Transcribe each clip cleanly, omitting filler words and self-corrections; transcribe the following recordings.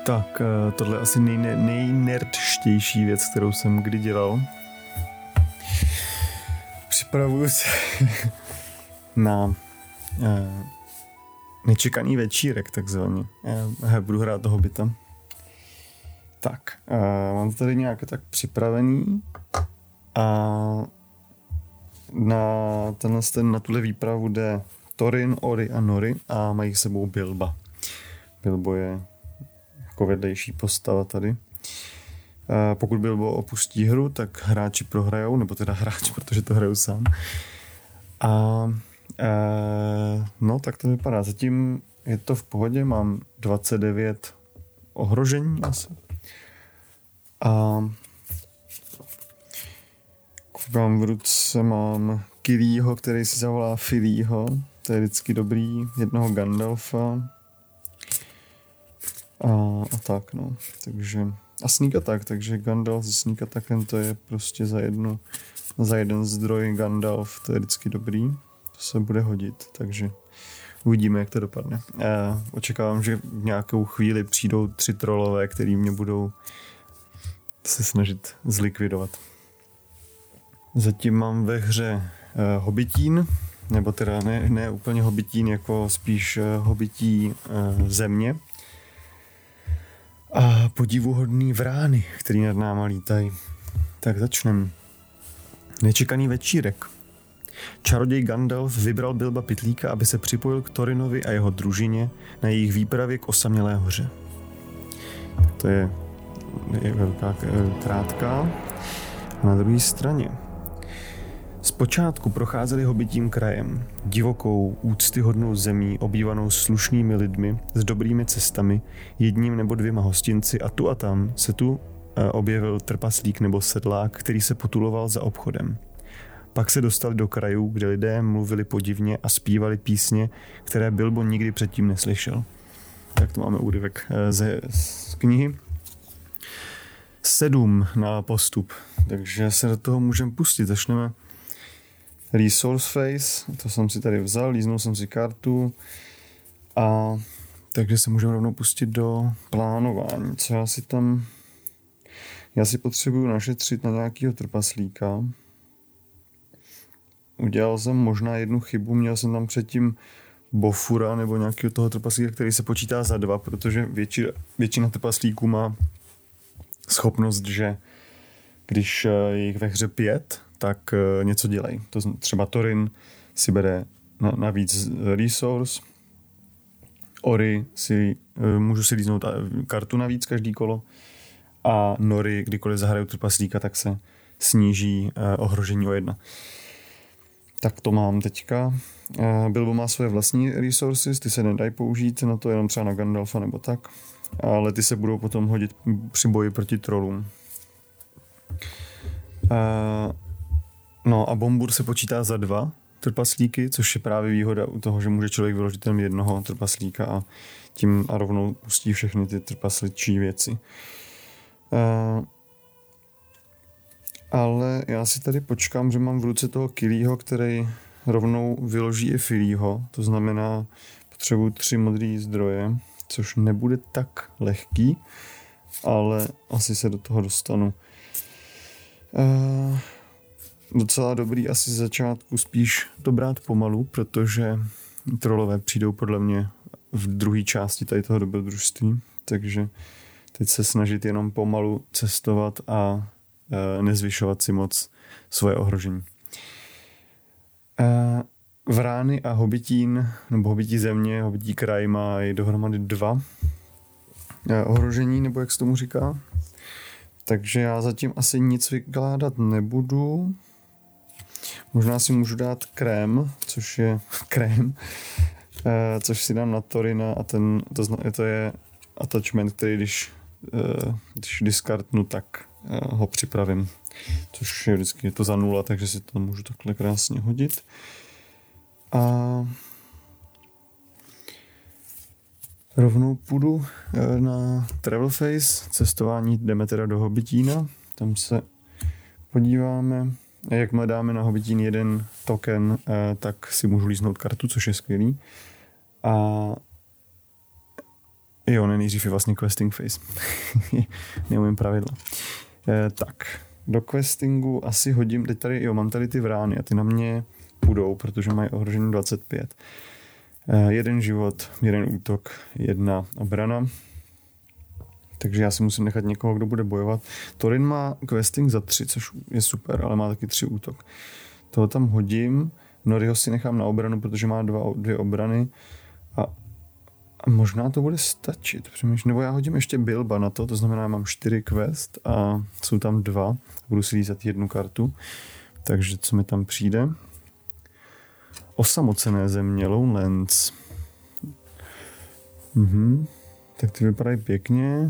Tak tohle je asi nejnerdštější věc, kterou jsem kdy dělal. Připravuju se na nečekaný večírek, takzvaně. Budu hrát toho Hobbita. Tak, mám to tady nějak tak připravený a na tuhle výpravu jde Thorin, Ori a Nori a mají s sebou Bilba. Bilbo je jako vedlejší postava tady. Pokud Bilbo opustí hru, tak hráči prohrajou, nebo teda hráč, protože to hraju sám. No, tak to vypadá. Zatím je to v pohodě, mám 29 ohrožení asi. A koukám v ruce mám Kirýho, který si zavolá Filího. To je vždycky dobrý. Jednoho Gandalfa. A tak, no. Takže a sneak attack, takže Gandalf se sneak attackem to je prostě za jeden zdroj Gandalf, to je vždycky dobrý. To se bude hodit, takže uvidíme, jak to dopadne. Očekávám, že v nějakou chvíli přijdou 3 trollové, který mě budou se snažit zlikvidovat. Zatím mám ve hře Hobbitín, nebo teda ne úplně Hobbitín, jako spíš Hobbití země. A podivuhodný vrány, který nad náma lítají. Tak začneme. Nečekaný večírek. Čaroděj Gandalf vybral Bilba Pytlíka, aby se připojil k Thorinovi a jeho družině na jejich výpravě k osamělé hoře. To je velká krátká. A na druhé straně. Zpočátku procházeli Hobbitím krajem, divokou, úctyhodnou zemí, obývanou slušnými lidmi, s dobrými cestami, jedním nebo 2 hostinci a tam se objevil trpaslík nebo sedlák, který se potuloval za obchodem. Pak se dostali do krajů, kde lidé mluvili podivně a zpívali písně, které Bilbo nikdy předtím neslyšel. Tak to máme úryvek z knihy. 7 na postup, takže se do toho můžeme pustit. Začneme Resource Phase, to jsem si tady vzal, líznul jsem si kartu a takže se můžeme rovnou pustit do plánování. Já si potřebuju našetřit na nějakého trpaslíka. Udělal jsem možná jednu chybu, měl jsem tam předtím Bofura nebo nějakého toho trpaslíka, který se počítá za 2, protože většina trpaslíků má schopnost, že když je jich ve hře 5, tak něco dělají. Třeba Thorin si bere navíc resource, Ori můžu si líznout kartu navíc každý kolo a Nori, kdykoliv zahraju trpaslíka, tak se sníží ohrožení o 1. Tak to mám teďka. Bilbo má svoje vlastní resources, ty se nedají použít na to, jenom třeba na Gandalfa nebo tak, ale ty se budou potom hodit při boji proti trollům. No a Bombur se počítá za 2 trpaslíky, což je právě výhoda u toho, že může člověk vyložit jen jednoho trpaslíka a rovnou pustí všechny ty trpasličí věci. Ale já si tady počkám, že mám v ruce toho Kirýho, který rovnou vyloží i Filího, to znamená potřebuji 3 modrý zdroje, což nebude tak lehký, ale asi se do toho dostanu. Docela dobrý asi z začátku spíš to brát pomalu, protože trollové přijdou podle mě v druhé části tady toho dobrodružství, takže teď se snažit jenom pomalu cestovat a nezvyšovat si moc svoje ohrožení. Vrány a Hobbitín, nebo Hobbití země, Hobbití kraj mají dohromady 2 ohrožení, nebo jak se tomu říká. Takže já zatím asi nic vykládat nebudu. Možná si můžu dát krém, což je krém, což si dám na Thorina a to je attachment, který když discardnu, tak ho připravím. Což je vždycky to za 0, takže si to můžu takhle krásně hodit. A rovnou půjdu na Travel Phase, cestování, jdeme teda do Hobbitína, tam se podíváme. Jakmile dáme na Hobbitín 1 token, tak si můžu líznout kartu, což je skvělý. A Jo, nejdřív je vlastně questing phase. Neumím pravidla. Tak, do questingu asi hodím, teď tady, mám tady ty vrány a ty na mě půjdou, protože mají ohrožení 25. 1 život, 1 útok, 1 obrana. Takže já si musím nechat někoho, kdo bude bojovat. Thorin má questing za 3, což je super, ale má taky 3 útok. Toho tam hodím, Noriho si nechám na obranu, protože má 2 obrany a možná to bude stačit. Nebo já hodím ještě Bilba na to znamená, mám 4 quest a jsou tam 2. Budu si lízat 1 kartu. Takže co mi tam přijde? Osamocené země, Lonelands. Tak ty vypadají pěkně.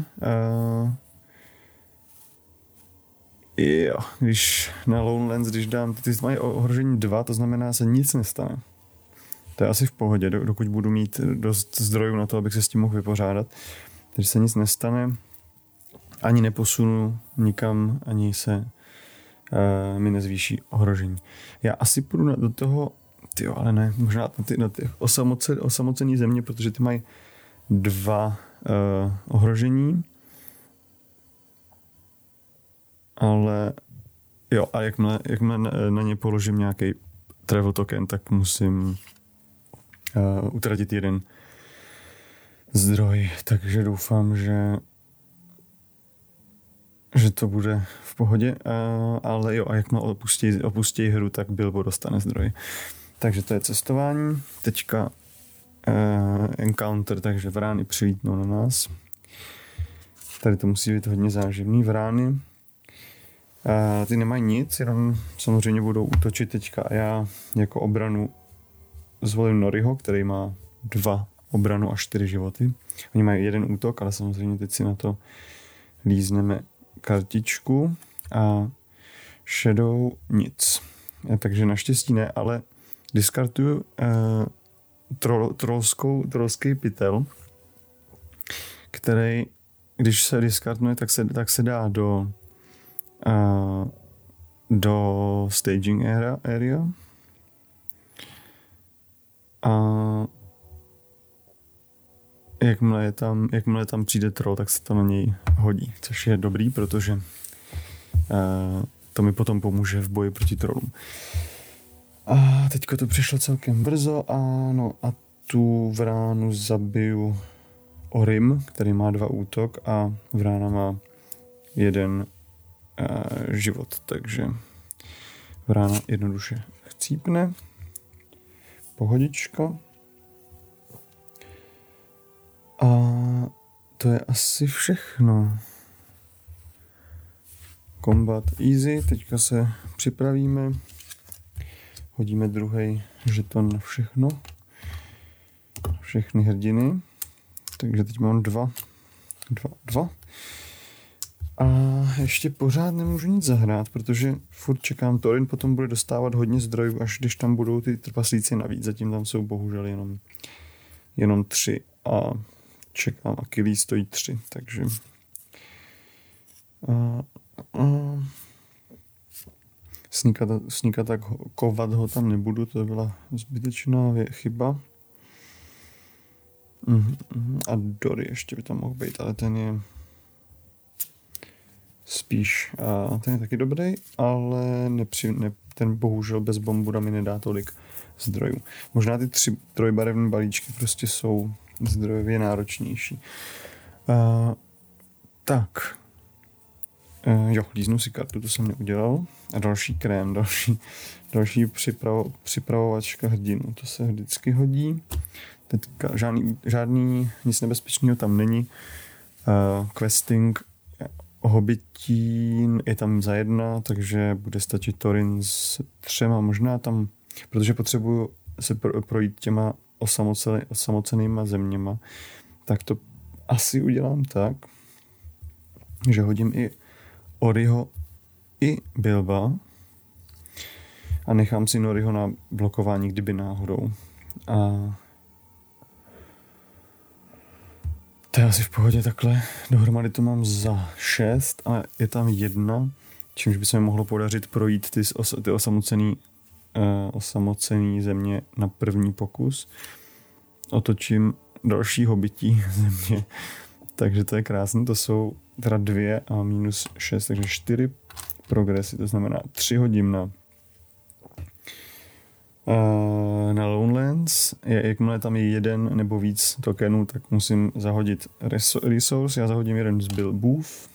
Jo, když na Lonelands, když dám, ty mají ohrožení 2, to znamená, se nic nestane. To je asi v pohodě, dokud budu mít dost zdrojů na to, abych se s tím mohl vypořádat. Takže se nic nestane, ani neposunu nikam, ani se mi nezvýší ohrožení. Já asi půjdu do toho, ale ne, možná na ty osamocený země, protože ty mají 2 ohrožení. Ale jo, a jakmile na ně položím nějaký travel token, tak musím utratit 1 zdroj, takže doufám, že to bude v pohodě, ale jo, a jakmile opustí hru, tak Bilbo dostane zdroj. Takže to je cestování, teďka encounter, takže vrány přilítnou na nás. Tady to musí být hodně záživný, vrány. Ty nemají nic, jenom samozřejmě budou útočit teďka a já jako obranu zvolím Noriho, který má 2 obranu a 4 životy. Oni mají 1 útok, ale samozřejmě teď si na to lízneme kartičku a Shadow nic. Takže naštěstí ne, ale diskartuju trollský pytel, který, když se diskartuje, tak se dá do staging area a jakmile tam přijde troll, tak se to na něj hodí, což je dobrý, protože to mi potom pomůže v boji proti trollům. A teďko to přišlo celkem brzo, ano, a tu vránu zabiju Orim, který má 2 útok a vrána má 1 život, takže vrána jednoduše chcípne. Pohodička. A to je asi všechno. Combat easy, teďka se připravíme. Hodíme druhý žeton na všechno. Všechny hrdiny. Takže teď mám 2. A ještě pořád nemůžu nic zahrát, protože furt čekám, Thorin potom bude dostávat hodně zdrojů, až když tam budou ty trpaslíci navíc. Zatím tam jsou bohužel jenom 3 a čekám, Achilles stojí 3, takže sníkat tak kovat ho tam nebudu, to byla zbytečná chyba. A Dory ještě by tam mohl být, ale ten je spíš, ten je taky dobrý, ale ten bohužel bez bombura mi nedá tolik zdrojů. Možná ty 3 trojbarevné balíčky prostě jsou zdrojově náročnější. Tak. Jo, líznu si kartu, to jsem neudělal. A další krém, další připravovačka hrdinu, to se vždycky hodí. Teďka žádný nic nebezpečného tam není. Questing Hobbitín je tam za 1, takže bude stačit Thorin s 3, možná tam, protože potřebuju se projít těma osamocenýma zeměma, tak to asi udělám tak, že hodím i Oriho i Bilba a nechám si Noriho na blokování, kdyby náhodou. A to je asi v pohodě takhle. Dohromady to mám za 6 a je tam 1, čímž by se mi mohlo podařit projít ty osamocený země na první pokus. Otočím další hobití země. Takže to je krásné, to jsou teda 2 a -6, takže 4 progresy, to znamená 3 hodím na Lonelands. Jakmile tam je 1 nebo víc tokenů, tak musím zahodit resource. Já zahodím jeden z Bilbův.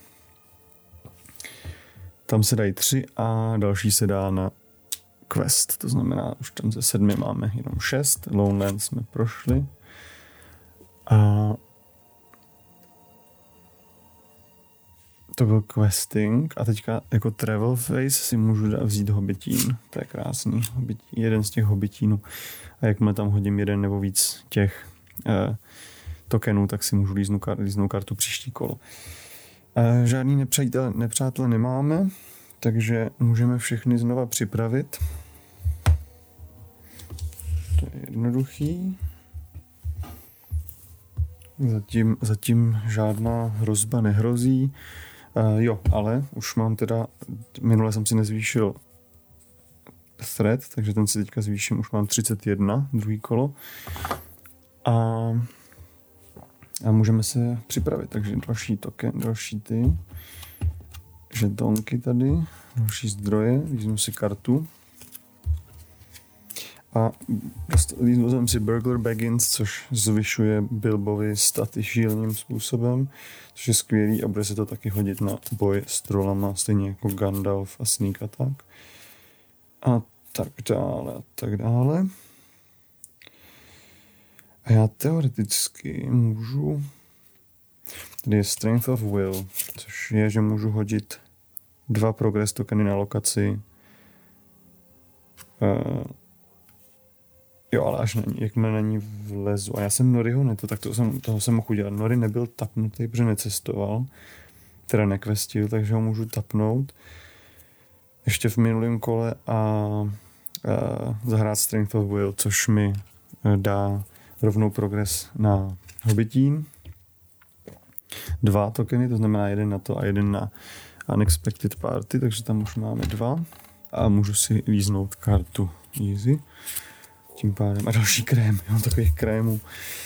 Tam se dají 3 a další se dá na quest. To znamená, už tam ze 7 máme jenom 6. Lonelands jsme prošli. A to byl questing a teďka jako travel phase si můžu vzít hobitín. To je krásný. Jeden z těch hobitínů. A jakmile tam hodím jeden nebo víc těch tokenů, tak si můžu líznout kartu příští kolo. Žádný nepřátelé nemáme, takže můžeme všechny znova připravit. To je jednoduchý. Zatím žádná hrozba nehrozí. Ale už mám teda, minule jsem si nezvýšil threat, takže ten si teďka zvýším, už mám 31, druhý kolo. A můžeme se připravit, takže další token, další ty žetonky tady, další zdroje, líznu si kartu. A líznu jsem si Burglar Baggins, což zvyšuje Bilbovi staty šíleným způsobem, což je skvělý a bude se to taky hodit na boj s trollama, stejně jako Gandalf a Sneak Attack. A tak dále, a tak dále. A já teoreticky můžu... Tady je Strength of Will, což je, že můžu hodit 2 progress tokeny na lokaci. Jo, ale až jakmile na ní vlezu. A já jsem Noriho tak toho jsem mohl udělat. Nori nebyl tapnutý, protože necestoval. Teda nekvestil, takže ho můžu tapnout. Ještě v minulém kole a zahrát Strength of Will, což mi dá rovnou progres na hobitín. 2 tokeny, to znamená 1 na to a 1 na Unexpected Party, takže tam už máme 2. A můžu si líznout kartu Easy. Tím pádem. A další krém, jo, takových krémů.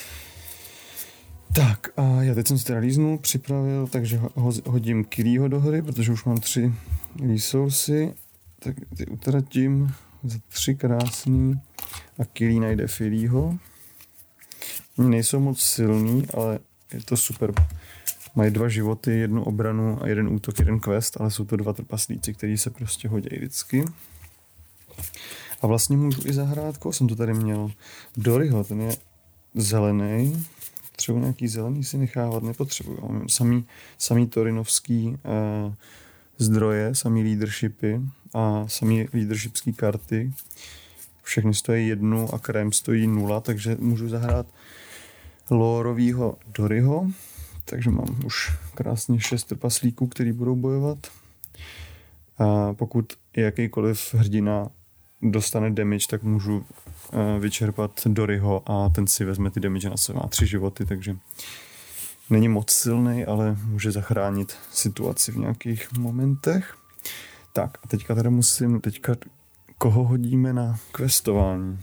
Tak a já teď jsem si teda líznul, připravil, takže hodím Kirýho do hry, protože už mám 3 resursy. Tak ty utratím za 3 krásný a Kirý najde Firýho. Nejsou moc silný, ale je to super. Mají 2 životy, 1 obranu a 1 útok, 1 quest, ale jsou to 2 trpaslíci, kteří se prostě hodí vždycky. A vlastně můžu i zahrát, koho jsem to tady měl? Doryho, ten je zelený. Třeba nějaký zelený si nechávat nepotřebuji. Mám samý torinovský zdroje, samý leadershipy a samý leadershipský karty. Všechny stojí 1 a krém stojí 0, takže můžu zahrát lórovýho Doryho. Takže mám už krásně 6 trpaslíků, který budou bojovat. A pokud jakýkoliv hrdina dostane damage, tak můžu vyčerpat Doryho a ten si vezme ty damage na sebe. Má 3 životy, takže není moc silný, ale může zachránit situaci v nějakých momentech. Tak a teďka teda koho hodíme na questování?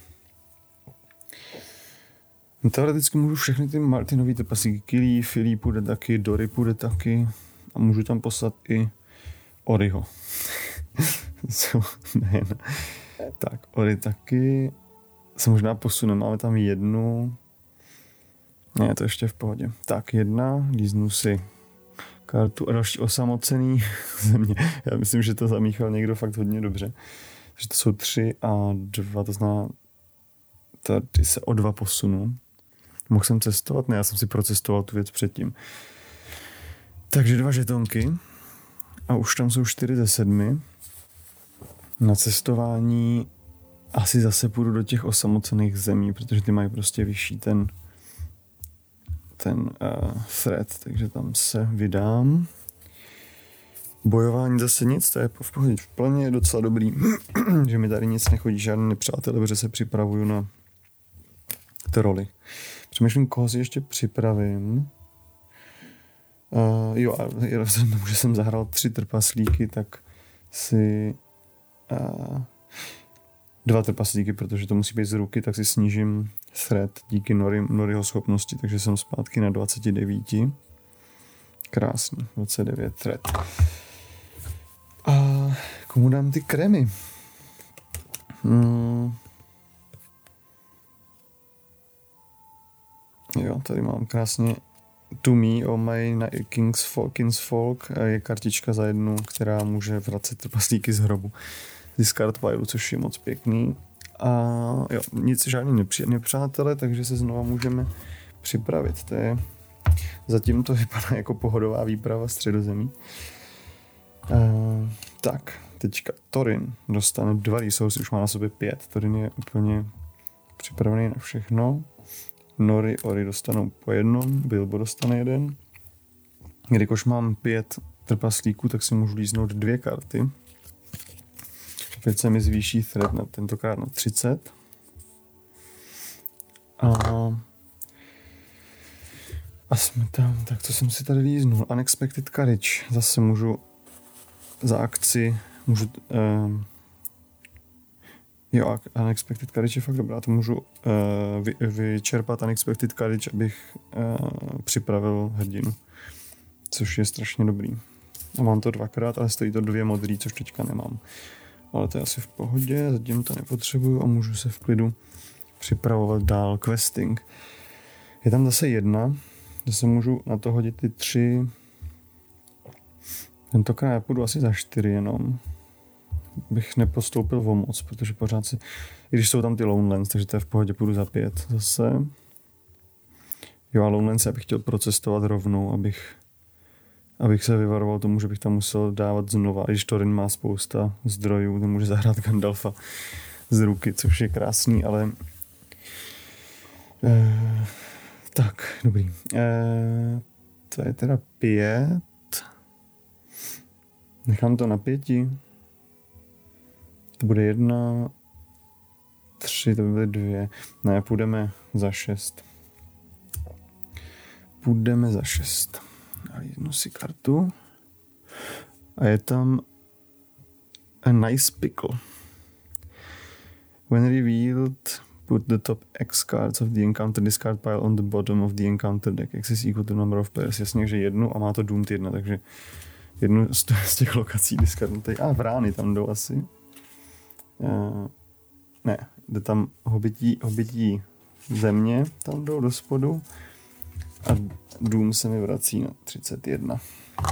Teoreticky můžu všechny ty nový trpaslíky Kirý, Firý půjde taky, Dory půjde taky a můžu tam poslat i Oriho. ne. Tak, Ori taky se možná posune, máme tam 1. Ne, to ještě v pohodě. Tak, 1, líznu si kartu a další osamocený země. Já myslím, že to zamíchal někdo fakt hodně dobře. Takže to jsou 3 a 2, to znamená, tady se o 2 posunu. Mohl jsem cestovat? Ne, já jsem si procestoval tu věc předtím. Takže 2 žetonky a už tam jsou 4 ze 7. Na cestování asi zase půjdu do těch osamocených zemí, protože ty mají prostě vyšší ten threat, takže tam se vydám. Bojování zase nic, to je v pohodě v plně, je docela dobrý, že mi tady nic nechodí, žádný nepřátelé, protože se připravuju na troly. Přemýšlím, koho si ještě připravím. Že jsem zahrál 3 trpaslíky, tak si 2 trpaslíky, protože to musí být z ruky, tak si snížím thread díky Noriho schopnosti, takže jsem zpátky na 29. Krásný, 29 thread. A komu dám ty krémy? Jo, tady mám krásně To Me o my King's Folk. Je kartička za 1, která může vracet trpaslíky z hrobu. Discard pile, což je moc pěkný. A jo, nic, žádný nepřátelé, takže se znova můžeme připravit. Zatím to vypadá jako pohodová výprava Středozemí. Tak, teďka Thorin dostane 2 resources, už má na sobě 5. Thorin je úplně připravený na všechno. Nori, Ori dostanou po 1, Bilbo dostane 1. Jelikož mám 5 trpaslíků, tak si můžu líznout 2 karty. Opět se mi zvýší thread tentokrát na 30. A jsme tam, tak co jsem si tady líznul? Unexpected Courage. Zase můžu za akci, Unexpected Courage je fakt dobrá, to můžu vyčerpat Unexpected Courage, abych připravil hrdinu, což je strašně dobrý. A mám to 2krát, ale stojí to 2 modrý, což teďka nemám. Ale to je asi v pohodě, zatím to nepotřebuju a můžu se v klidu připravovat dál questing. Je tam zase 1, že se můžu na to hodit ty 3. Tentokrát já půjdu asi za 4 jenom. Bych nepostoupil o moc, protože pořád si... I když jsou tam ty Lonelands, takže to je v pohodě, půjdu za 5 zase. Jo, a Lonelands já bych chtěl procestovat rovnou, abych se vyvaroval tomu, že bych tam musel dávat znova. I když Thorin má spousta zdrojů, to může zahrát Gandalfa z ruky, což je krásný, ale... tak, dobrý. To je teda 5. Nechám to na 5. To bude 1, 3, to by byly 2. Ne, půjdeme za 6. Půjdeme za 6. A jednu si kartu. A je tam a nice pickle. When revealed, put the top X cards of the encounter discard pile on the bottom of the encounter deck. X is equal to number of players. Jasně, že 1 a má to Doomed 1, takže 1 z těch lokací discardnutej. Vrány tam jdou asi. Ne, jde tam hobití země, tam jdou do spodu a Dům se mi vrací na 31.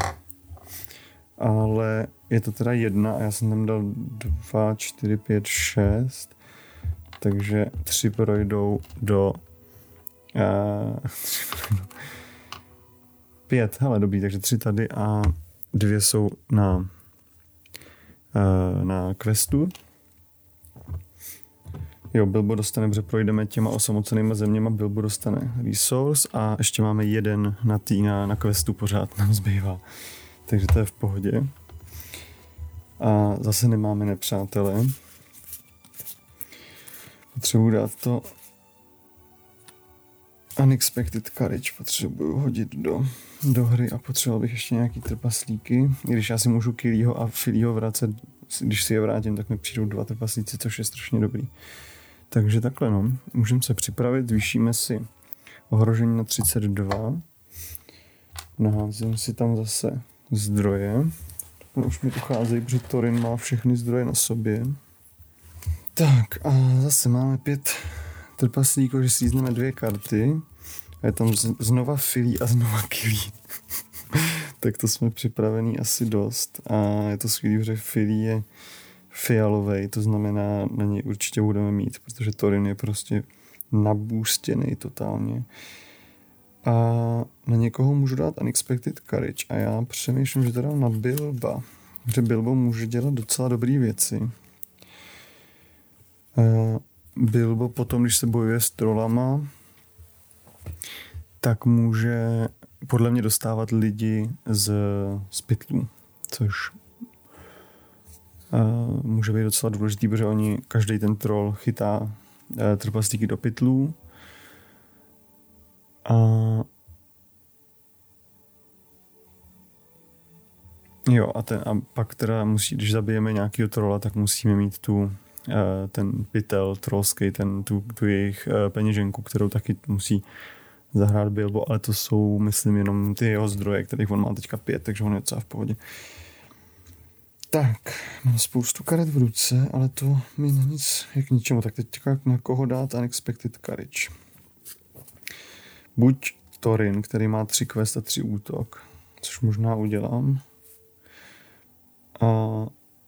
Ale je to teda 1 a já jsem tam dal 2, 4, 5, 6, takže 3 projdou do 5, hele dobrý, takže 3 tady a 2 jsou na questu. Jo, Bilbo dostane, protože projdeme těma osamocenýma zeměma, Bilbo dostane resource a ještě máme 1 na questu pořád nám zbývá. Takže to je v pohodě. A zase nemáme nepřátele. Potřebuji dát to Unexpected Courage, potřebuju hodit do hry a potřeboval bych ještě nějaký trpaslíky. I když já si můžu Killího a Filího vracet, když si je vrátím, tak mi přijdou 2 trpaslíci, což je strašně dobrý. Takže takhle no, můžeme se připravit, zvýšíme si ohrožení na 32. Naházím si tam zase zdroje. Už mi docházejí, protože Thorin má všechny zdroje na sobě. Tak a zase máme 5 trpaslíků, že slízneme 2 karty. A je tam znova Filí a znova Killí. Tak to jsme připravení asi dost. A je to skvělý, že Filí je fialovej, to znamená, na něj určitě budeme mít, protože Thorin je prostě nabůstěný totálně. A na někoho můžu dát Unexpected Courage a já přemýšlím, že to dám na Bilba, protože Bilbo může dělat docela dobré věci. Bilbo potom, když se bojuje s trolama, tak může podle mě dostávat lidi z pytlů, což může být docela důležitý, protože každý ten troll chytá trpaslíky do pytlů. Jo, a pak teda když zabijeme nějakýho trolla, tak musíme mít tu ten pytel trollský, tu jejich peněženku, kterou taky musí zahrát Bilbo, ale to jsou, myslím, jenom ty jeho zdroje, kterých on má teďka 5, takže on je docela v pohodě. Tak, mám spoustu karet v ruce, ale to mi není nic jak ničemu. Tak teďka na koho dát Unexpected Courage. Buď Thorin, který má 3 quest a 3 útok, což možná udělám. A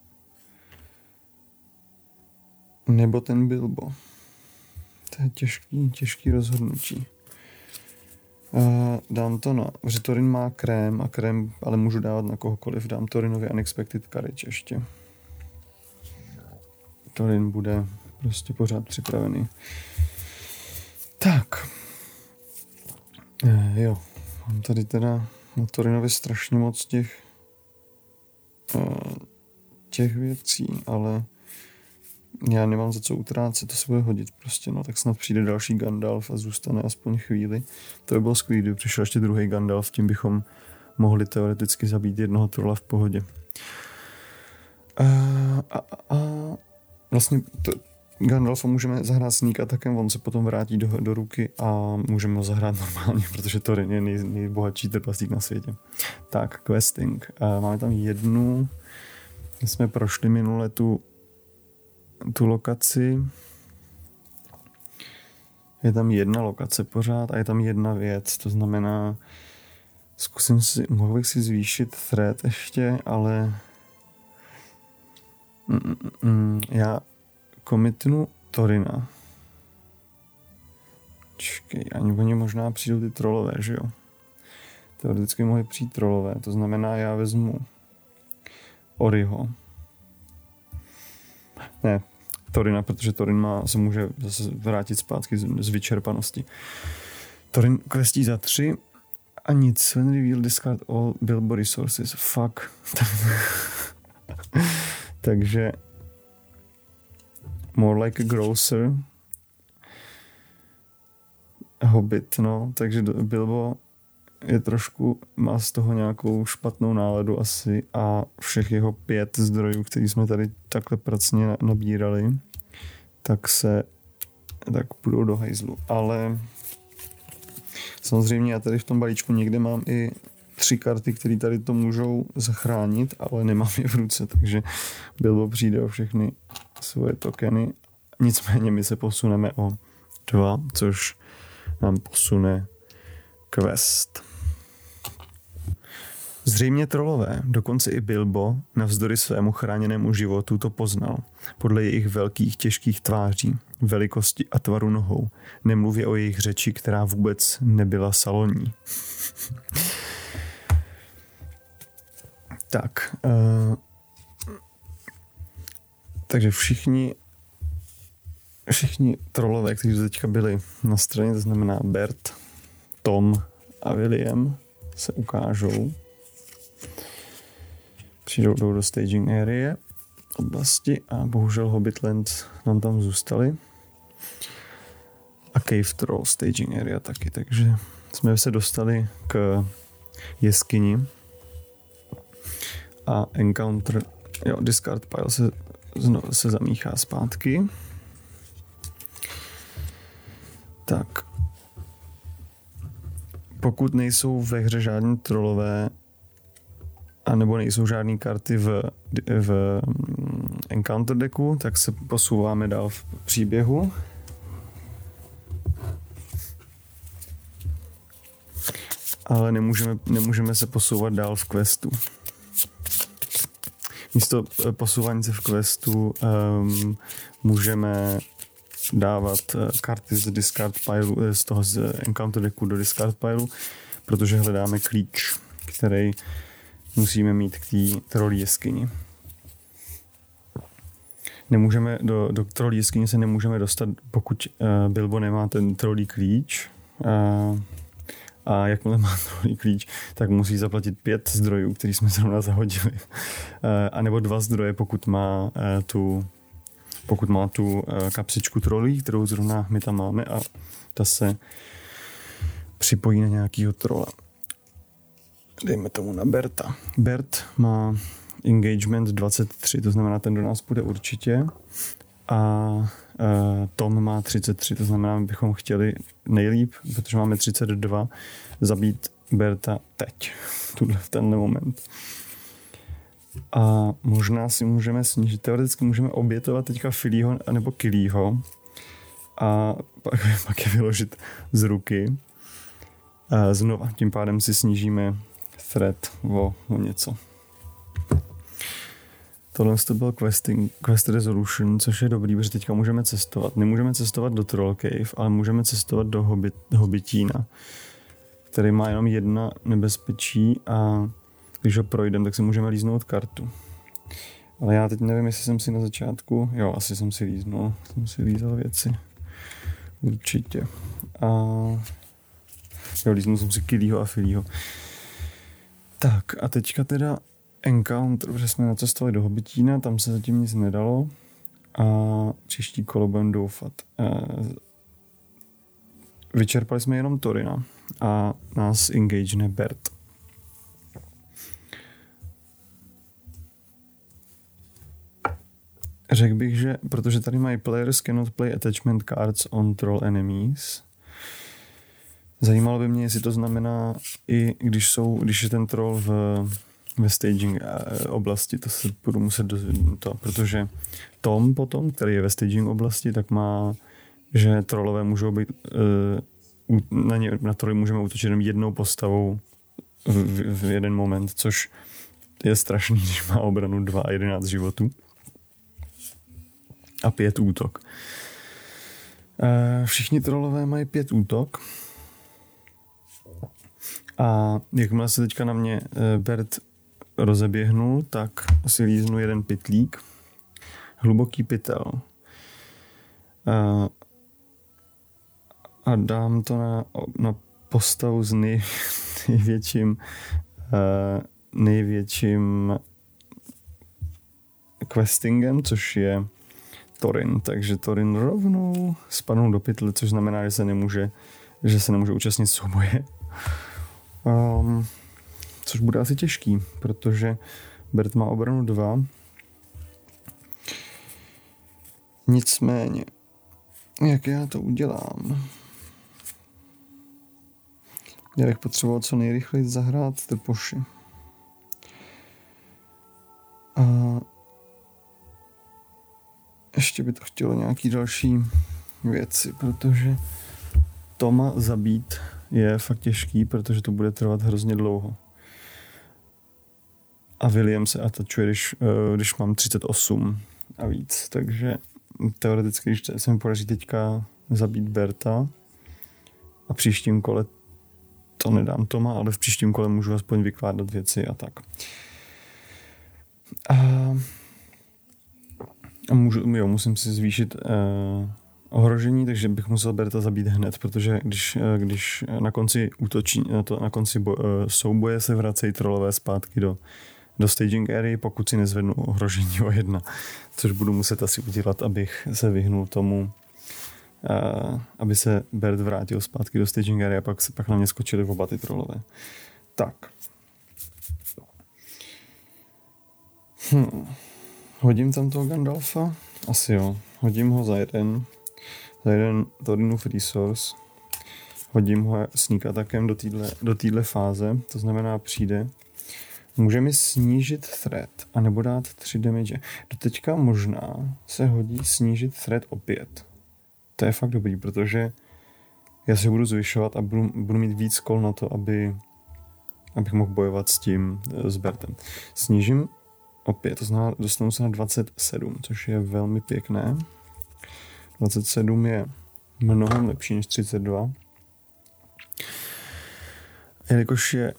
nebo ten Bilbo. To je těžký rozhodnutí. Dám to na... Protože Thorin má krém a krém, ale můžu dávat na kohokoliv. Dám Thorinovi Unexpected Courage ještě. Thorin bude prostě pořád připravený. Tak. Jo. Mám tady teda na Thorinovi strašně moc těch věcí, ale já nemám za co utrácet, to se bude hodit prostě, no tak snad přijde další Gandalf a zůstane aspoň chvíli. To by bylo skvělé, kdyby přišel ještě druhý Gandalf, tím bychom mohli teoreticky zabít jednoho trolla v pohodě. Vlastně Gandalfa můžeme zahrát sneak attackem, on se potom vrátí do ruky a můžeme ho zahrát normálně, protože Thorin je nejbohatší trpaslík na světě. Tak, questing. Máme tam jednu, jsme prošli minule tu lokaci. Je tam jedna lokace pořád a je tam jedna věc, to znamená mohl bych si zvýšit threat ještě, ale já komitnu Thorina. Čekej, ani oni možná přijdou ty trollové, že jo? Teoreticky mohli přijít trollové, to znamená já vezmu Oriho. Ne, Thorina, protože Thorin se může zase vrátit zpátky z vyčerpanosti. Thorin questí za 3 a nic. When reveal discard all Bilbo resources. Fuck. Takže more like a grocer. Hobbit, no. Takže Bilbo je trošku, má z toho nějakou špatnou náladu asi a všech jeho 5 zdrojů, který jsme tady takhle pracně nabírali, tak půjdou do hajzlu. Ale samozřejmě já tady v tom balíčku někde mám i 3 karty, které tady to můžou zachránit, ale nemám je v ruce, takže Bilbo přijde o všechny svoje tokeny. Nicméně my se posuneme o 2, což nám posune quest. Zřejmě trollové, dokonce i Bilbo, navzdory svému chráněnému životu to poznal. Podle jejich velkých těžkých tváří, velikosti a tvaru nohou, nemluvě o jejich řeči, která vůbec nebyla salonní. Tak. Takže všichni trollové, kteří teďka byli na straně, to znamená Bert, Tom a William, se ukážou. Jdou do staging area oblasti a bohužel Hobbitland nám tam zůstali. A Cave Troll staging area taky, takže jsme se dostali k jeskyni a encounter, discard pile se zamíchá zpátky. Tak. Pokud nejsou ve hře žádní trollové a nebo nejsou žádné karty v encounter decku, tak se posouváme dál v příběhu. Ale nemůžeme se posouvat dál v questu. Místo posouvání se v questu můžeme dávat karty z discard pile, z toho z encounter decku do discard pile, protože hledáme klíč, který musíme mít k té trolí jeskyni. Nemůžeme do trolí jeskyni se nemůžeme dostat, pokud Bilbo nemá ten trolí klíč. A jakmile má trolí klíč, tak musí zaplatit 5 zdrojů, který jsme zrovna zahodili. A nebo 2 zdroje, pokud má tu kapsičku trolí, kterou zrovna my tam máme a ta se připojí na nějakýho trola. Dejme tomu na Berta. Bert má engagement 23, to znamená, ten do nás půjde určitě. Tom má 33, to znamená, bychom chtěli nejlíp, protože máme 32, zabít Berta teď, v tenhle moment. A možná si můžeme snížit, teoreticky můžeme obětovat teďka Phillyho nebo Killyho a pak je vyložit z ruky. Znova, tím pádem si snížíme threat o něco. Tohle to byl quest resolution, což je dobrý, protože teďka můžeme cestovat. Nemůžeme cestovat do Troll Cave, ale můžeme cestovat do Hobbitína, který má jenom jedna nebezpečí a když ho projdeme, tak si můžeme líznout kartu. Ale já teď nevím, jestli jsem si na začátku... Jo, asi jsem si líznul. Jsem si lízal věci. Určitě. Jo, líznul jsem si Killyho a Phillyho. Tak a teďka teda encounter, protože jsme nacestovali do Hobbitína, tam se zatím nic nedalo a příští kolo budeme doufat. Vyčerpali jsme jenom Torina a nás engagene Bert. Řekl bych, že protože tady mají players cannot play attachment cards on troll enemies. Zajímalo by mě, jestli to znamená i když je ten troll ve staging oblasti, to se budu muset dozvědět, protože Tom potom, který je ve staging oblasti, tak má, že trollové můžou být, na trolly můžeme útočit jenom jednou postavou v jeden moment, což je strašný, když má obranu 2 a 11 životů. A 5 útok. Všichni trollové mají 5 útok. A jakmile se teďka na mě Bert rozeběhnul, tak si líznu jeden pytlík. Hluboký pytel. A dám to na postavu s největším questingem, což je Torin, takže Torin rovnou spadnul do pytle, což znamená, že se nemůže účastnit souboje. Což bude asi těžký, protože Bert má obranu 2. Nicméně, jak já to udělám? Já bych potřeboval co nejrychleji zahrát trpoši. A ještě by to chtělo nějaký další věci, protože Toma zabít je fakt těžký, protože to bude trvat hrozně dlouho. A William se atačuje, když mám 38 a víc, takže teoreticky, když se mi podaří teďka zabít Berta a příštím kole to nedám Toma, ale v příštím kole můžu aspoň vykládat věci a tak. A musím si zvýšit ohrožení, takže bych musel Berta zabít hned, protože když na konci útočí, na konci souboje se vracejí trollové zpátky do staging area, pokud si nezvednu ohrožení o 1, což budu muset asi udělat, abych se vyhnul tomu, aby se Bert vrátil zpátky do staging area a pak na mě skočili oba ty trollové. Tak. Hodím tam toho Gandalfa? Asi jo. Hodím ho za jeden Torinův resource. Hodím ho sneak attackem do téhle fáze, to znamená přijde. Může mi snížit threat, anebo dát 3 damage. Doteďka možná se hodí snížit threat o 5. To je fakt dobrý, protože já se budu zvyšovat a budu mít víc kol na to, abych mohl bojovat s Bertem. Snížím o 5, to znamená dostanu se na 27, což je velmi pěkné. 27 je mnohem lepší než 32. Jelikož je...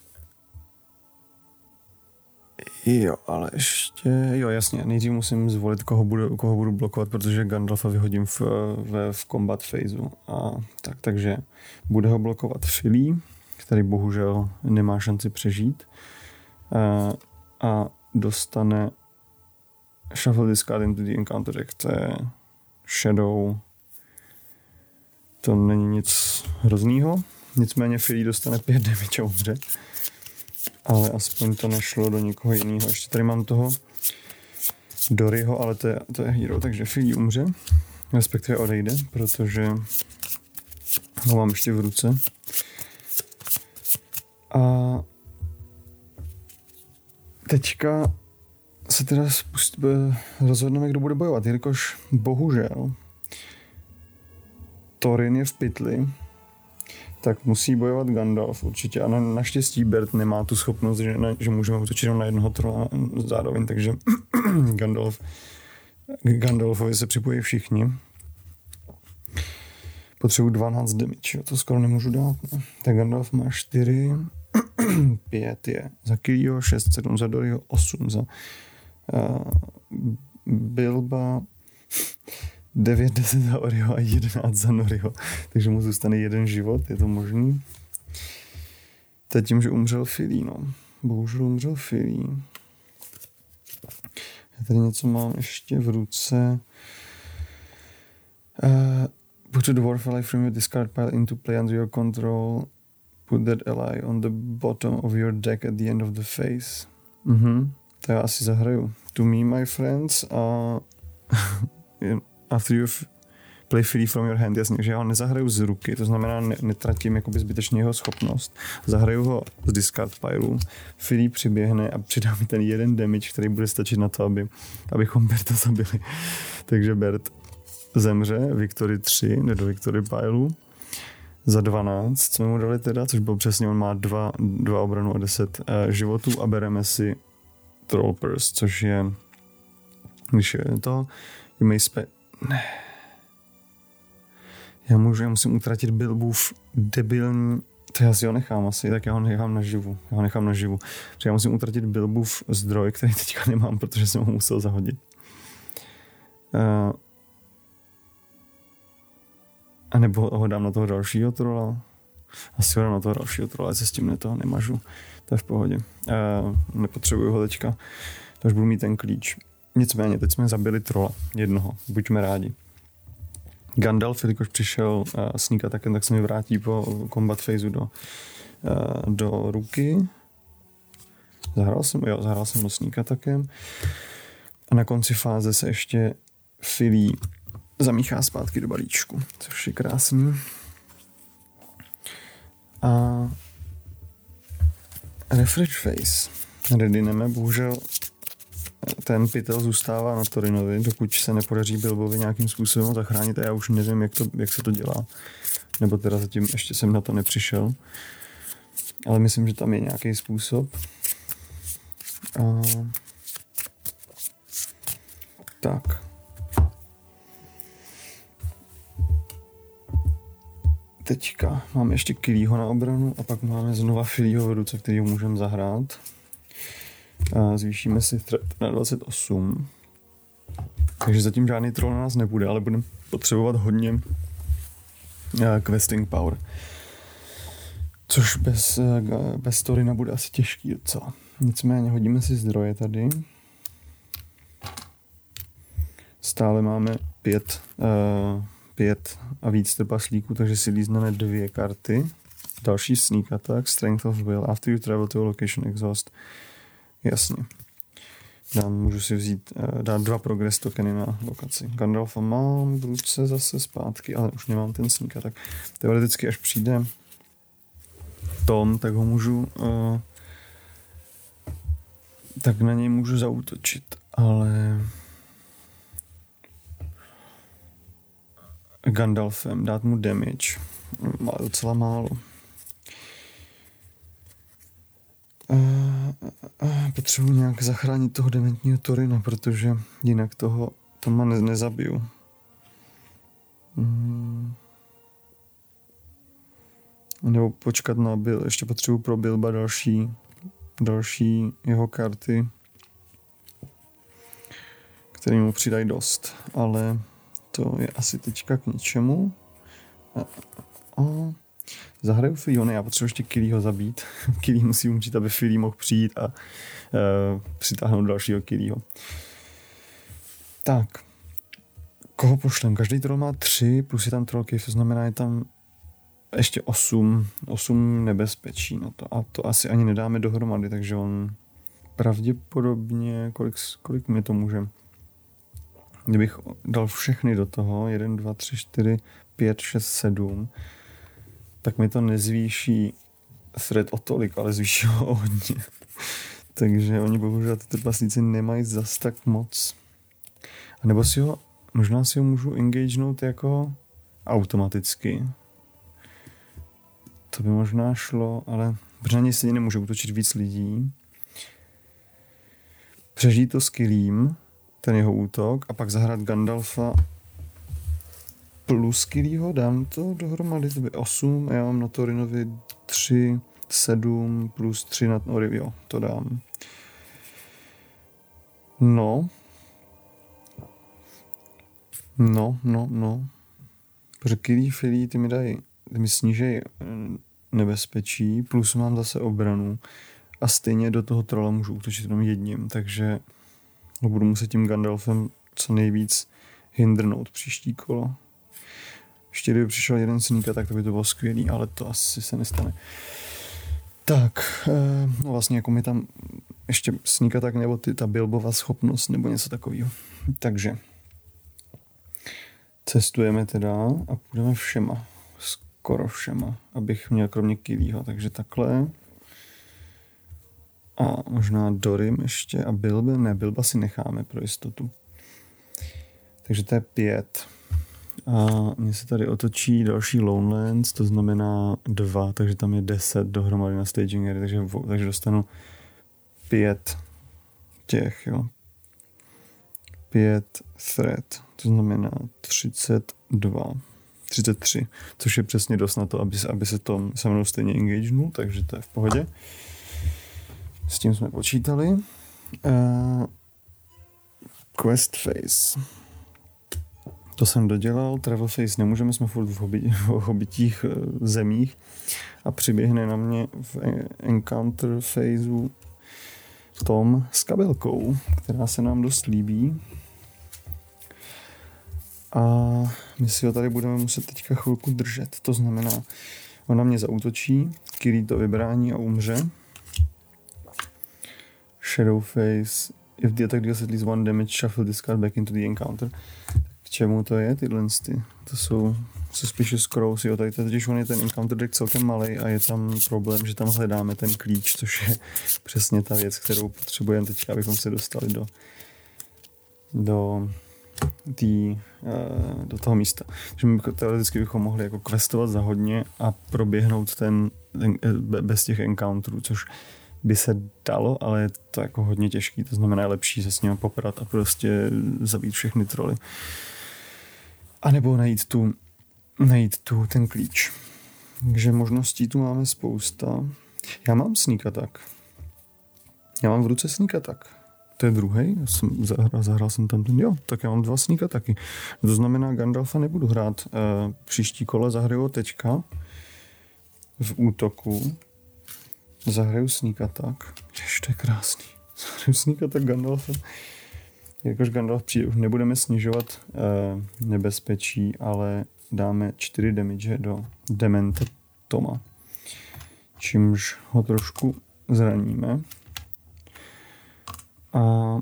Jo, ale ještě... Jo, jasně, nejdřív musím zvolit, koho budu blokovat, protože Gandalfa vyhodím v combat phaseu. Takže bude ho blokovat Philly, který bohužel nemá šanci přežít. A dostane Shuffle discard into the encounter deck, to je Shadow. To není nic hroznýho. Nicméně Philly dostane 5 damage a umře. Ale aspoň to nešlo do někoho jiného. Ještě tady mám toho Doryho, ale to je hero, takže Fili umře, respektive odejde, protože ho mám ještě v ruce. A teďka se teda rozhodneme, kdo bude bojovat, jelikož bohužel Thorin je v pytli, tak musí bojovat Gandalf určitě. A naštěstí Bert nemá tu schopnost, že můžeme útočit na jednoho trola zároveň, takže Gandalfovi se připojí všichni. Potřebuji 12 damage, to skoro nemůžu dát. Ne? Tak Gandalf má 4, 5 je za Kiliho, 6, 7 za Doryho, 8 za Bilba, 9, 10 za Oriho a 11 za Noriho. Takže mu zůstane jeden život, je to možný. Teď tím, že umřel Fili, no. Bohužel umřel Fili. Já tady něco mám ještě v ruce. Put the dwarf ally from your discard pile into play under your control. Put that ally on the bottom of your deck at the end of the phase. To já asi zahraju. To me, my friends, a after you play Fili from your hand, jasně, že já ho nezahraju z ruky, to znamená netratím jakoby zbytečně jeho schopnost. Zahraju ho z discard pileu, Fili přiběhne a přidá mi ten jeden damage, který bude stačit na to, abychom Berta zabili. Takže Bert zemře, Victory 3, jde do Victory pileu za 12, co mu dali teda, což byl přesně, on má 2 obranu a 10 životů a bereme si Troll Purse, což je, když je to, ne. Já musím utratit Bilbův debilní, to já si ho nechám asi, tak já ho nechám naživu. Protože já musím utratit Bilbův zdroj, který teďka nemám, protože jsem ho musel zahodit. A nebo ho dám na toho dalšího trola. Asi ho dám na toho dalšího trola, ale se s tím toho nemažu. To je v pohodě. Nepotřebuju ho teďka. To už budu mít ten klíč. Nicméně, teď jsme zabili trola. Jednoho. Buďme rádi. Gandalf, jelikož přišel sneak attackem, tak se mi vrátí po combat phaseu do ruky. Zahrál jsem ho sneak attackem. A na konci fáze se ještě Fili zamíchá zpátky do balíčku, což je krásný. A refresh face. Redineme, bohužel ten pytel zůstává na Thorinovi, dokud se nepodaří Bilbovi nějakým způsobem zachránit a já už nevím, jak se to dělá. Nebo teda zatím ještě jsem na to nepřišel. Ale myslím, že tam je nějaký způsob. Tak. Teďka máme ještě Kiliho na obranu a pak máme znova Filiho v ruce, kterýho můžeme zahrát. Zvýšíme si threat na 28. Takže zatím žádný troll na nás nebude, ale budeme potřebovat hodně questing power. Což bez Thorina bude asi těžký docela. Nicméně hodíme si zdroje tady. Stále máme 5 a víc trpaslíků, takže si lízneme 2 karty. Další sneak attack, strength of will, after you travel to a location exhaust. Jasně. Můžu si dát 2 progress tokeny na lokaci. Gandalfa mám v ruce zase zpátky, ale už nemám ten sneak attack. Teoreticky, až přijde Tom, tak ho můžu tak na něj můžu zaútočit, ale Gandalfem dát mu damage má docela málo. Potřebuji nějak zachránit toho dementního Thorina, protože jinak toho Toma nezabiju. Nebo počkat na ještě potřebuji pro Bilba další jeho karty, které mu přidají dost, ale to je asi teďka k ničemu. Zahraju Filiho, já potřebuji ještě Kiliho zabít. Kili musí umřít, aby Fili mohl přijít a přitáhnout dalšího Kiliho. Tak. Koho pošlem? Každý troll má 3, plus je tam troll cave, to znamená, je tam ještě 8 nebezpečí na to. A to asi ani nedáme dohromady, takže on pravděpodobně, kolik mi to může? kdybych dal všechny do toho, 1, 2, 3, 4, 5, 6, 7, tak mi to nezvýší threat o tolik, ale zvýší ho o hodně. Takže oni bohužel ty trpaslíci nemají zas tak moc. A nebo možná si ho můžu engagenout jako automaticky. To by možná šlo, ale protože na něj stejně nemůže útočit víc lidí. Přežít to skillím, ten jeho útok, a pak zahrát Gandalfa plus skillího, dám to dohromady, to by 8, a já mám na Torinovi 3, 7 plus 3 na Nori, jo, to dám. No. Protože Kili Fili, ty mi snížejí nebezpečí, plus mám zase obranu a stejně do toho trola můžu útočit jenom jedním, takže budu muset tím Gandalfem co nejvíc hindrnout příští kolo. Ještě kdyby přišel jeden sníka, tak to by to bylo skvělý, ale to asi se nestane. Tak, no vlastně jako mi tam ještě sníka tak, nebo ta Bilbova schopnost, nebo něco takového. Takže cestujeme teda a půjdeme všema. Skoro abych měl kromě Kilího, takže takhle. A možná Dorim ještě a Bilba, ne, Bilba si necháme pro jistotu. Takže to je 5. A mně se tady otočí další Lonelands, to znamená 2, takže tam je 10 dohromady na staging area, takže dostanu 5 těch, jo. 5 threat, to znamená 33, což je přesně dost na to, aby se to se mnou stejně engagenul, takže to je v pohodě. S tím jsme počítali. Quest phase. To jsem dodělal. Travel phase nemůžeme, jsme furt v hobitích zemích a přiběhne na mě v encounter phaseu Tom s kabelkou, která se nám dost líbí. A my si ho tady budeme muset teďka chvilku držet. To znamená, on na mě zaútočí, Kili to vybrání a umře. Shadowface. If the attack deals at least 1 damage, shuffle this card back into the encounter. K čemu to je, tyhle? To jsou Suspicious Crows, jo, tady totiž on je ten encounter deck celkem malej a je tam problém, že tam hledáme ten klíč, což je přesně ta věc, kterou potřebujeme teďka, abychom se dostali do toho místa. Takže my teoreticky bychom mohli jako questovat za hodně a proběhnout ten bez těch encounterů, což by se dalo, ale je to jako hodně těžký, to znamená lepší se s ním poprat a prostě zabít všechny troly. A nebo najít tu ten klíč. Takže možností tu máme spousta. Já mám sneak attack. Já mám v ruce sneak attack. To je druhý. Zahrál jsem tam ten. Jo, tak já mám 2 sneak attacky. To znamená, Gandalfa nebudu hrát příští kole, zahraju teďka v útoku. Zahraju sneak attack. Jež, to je krásný. Zahraju sneak attack Gandalfa. Jakož Gandalf přijde, už nebudeme snižovat nebezpečí, ale dáme 4 damage do Demente Toma. Čímž ho trošku zraníme. A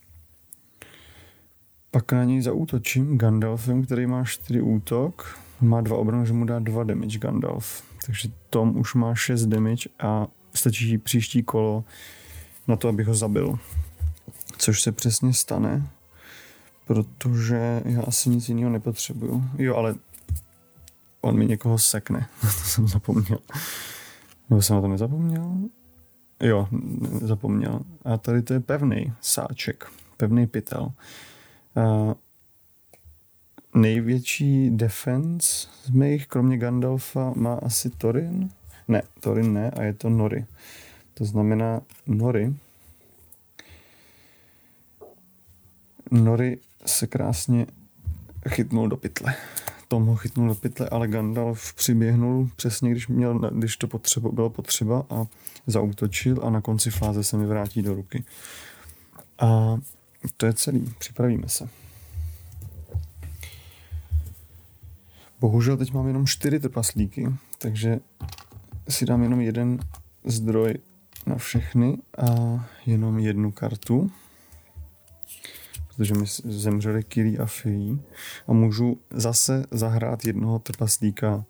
pak na něj zaútočím Gandalfem, který má 4 útok. Má 2 obranu, že mu dá 2 damage Gandalf. Takže Tom už má 6 damage a stačí příští kolo na to, abych ho zabil. Což se přesně stane, protože já asi nic jiného nepotřebuju. Jo, ale on mi někoho sekne. To jsem zapomněl. Nebo jsem na to nezapomněl? Jo, zapomněl. A tady to je pevný sáček. Pevný pytel. Největší defense z mých, kromě Gandalfa, má asi Thorin? Ne, Thorin ne, a je to Nori. To znamená Nori se krásně chytnul do pytle. Tom ho chytnul do pytle, ale Gandalf přiběhnul přesně, když to bylo potřeba a zaútočil a na konci fáze se mi vrátí do ruky. A to je celý. Připravíme se. Bohužel teď mám jenom 4 trpaslíky, takže si dám jenom jeden zdroj na všechny a jenom jednu kartu. protože mi zemřeli Kili a Fili. A můžu zase zahrát jednoho trpaslíka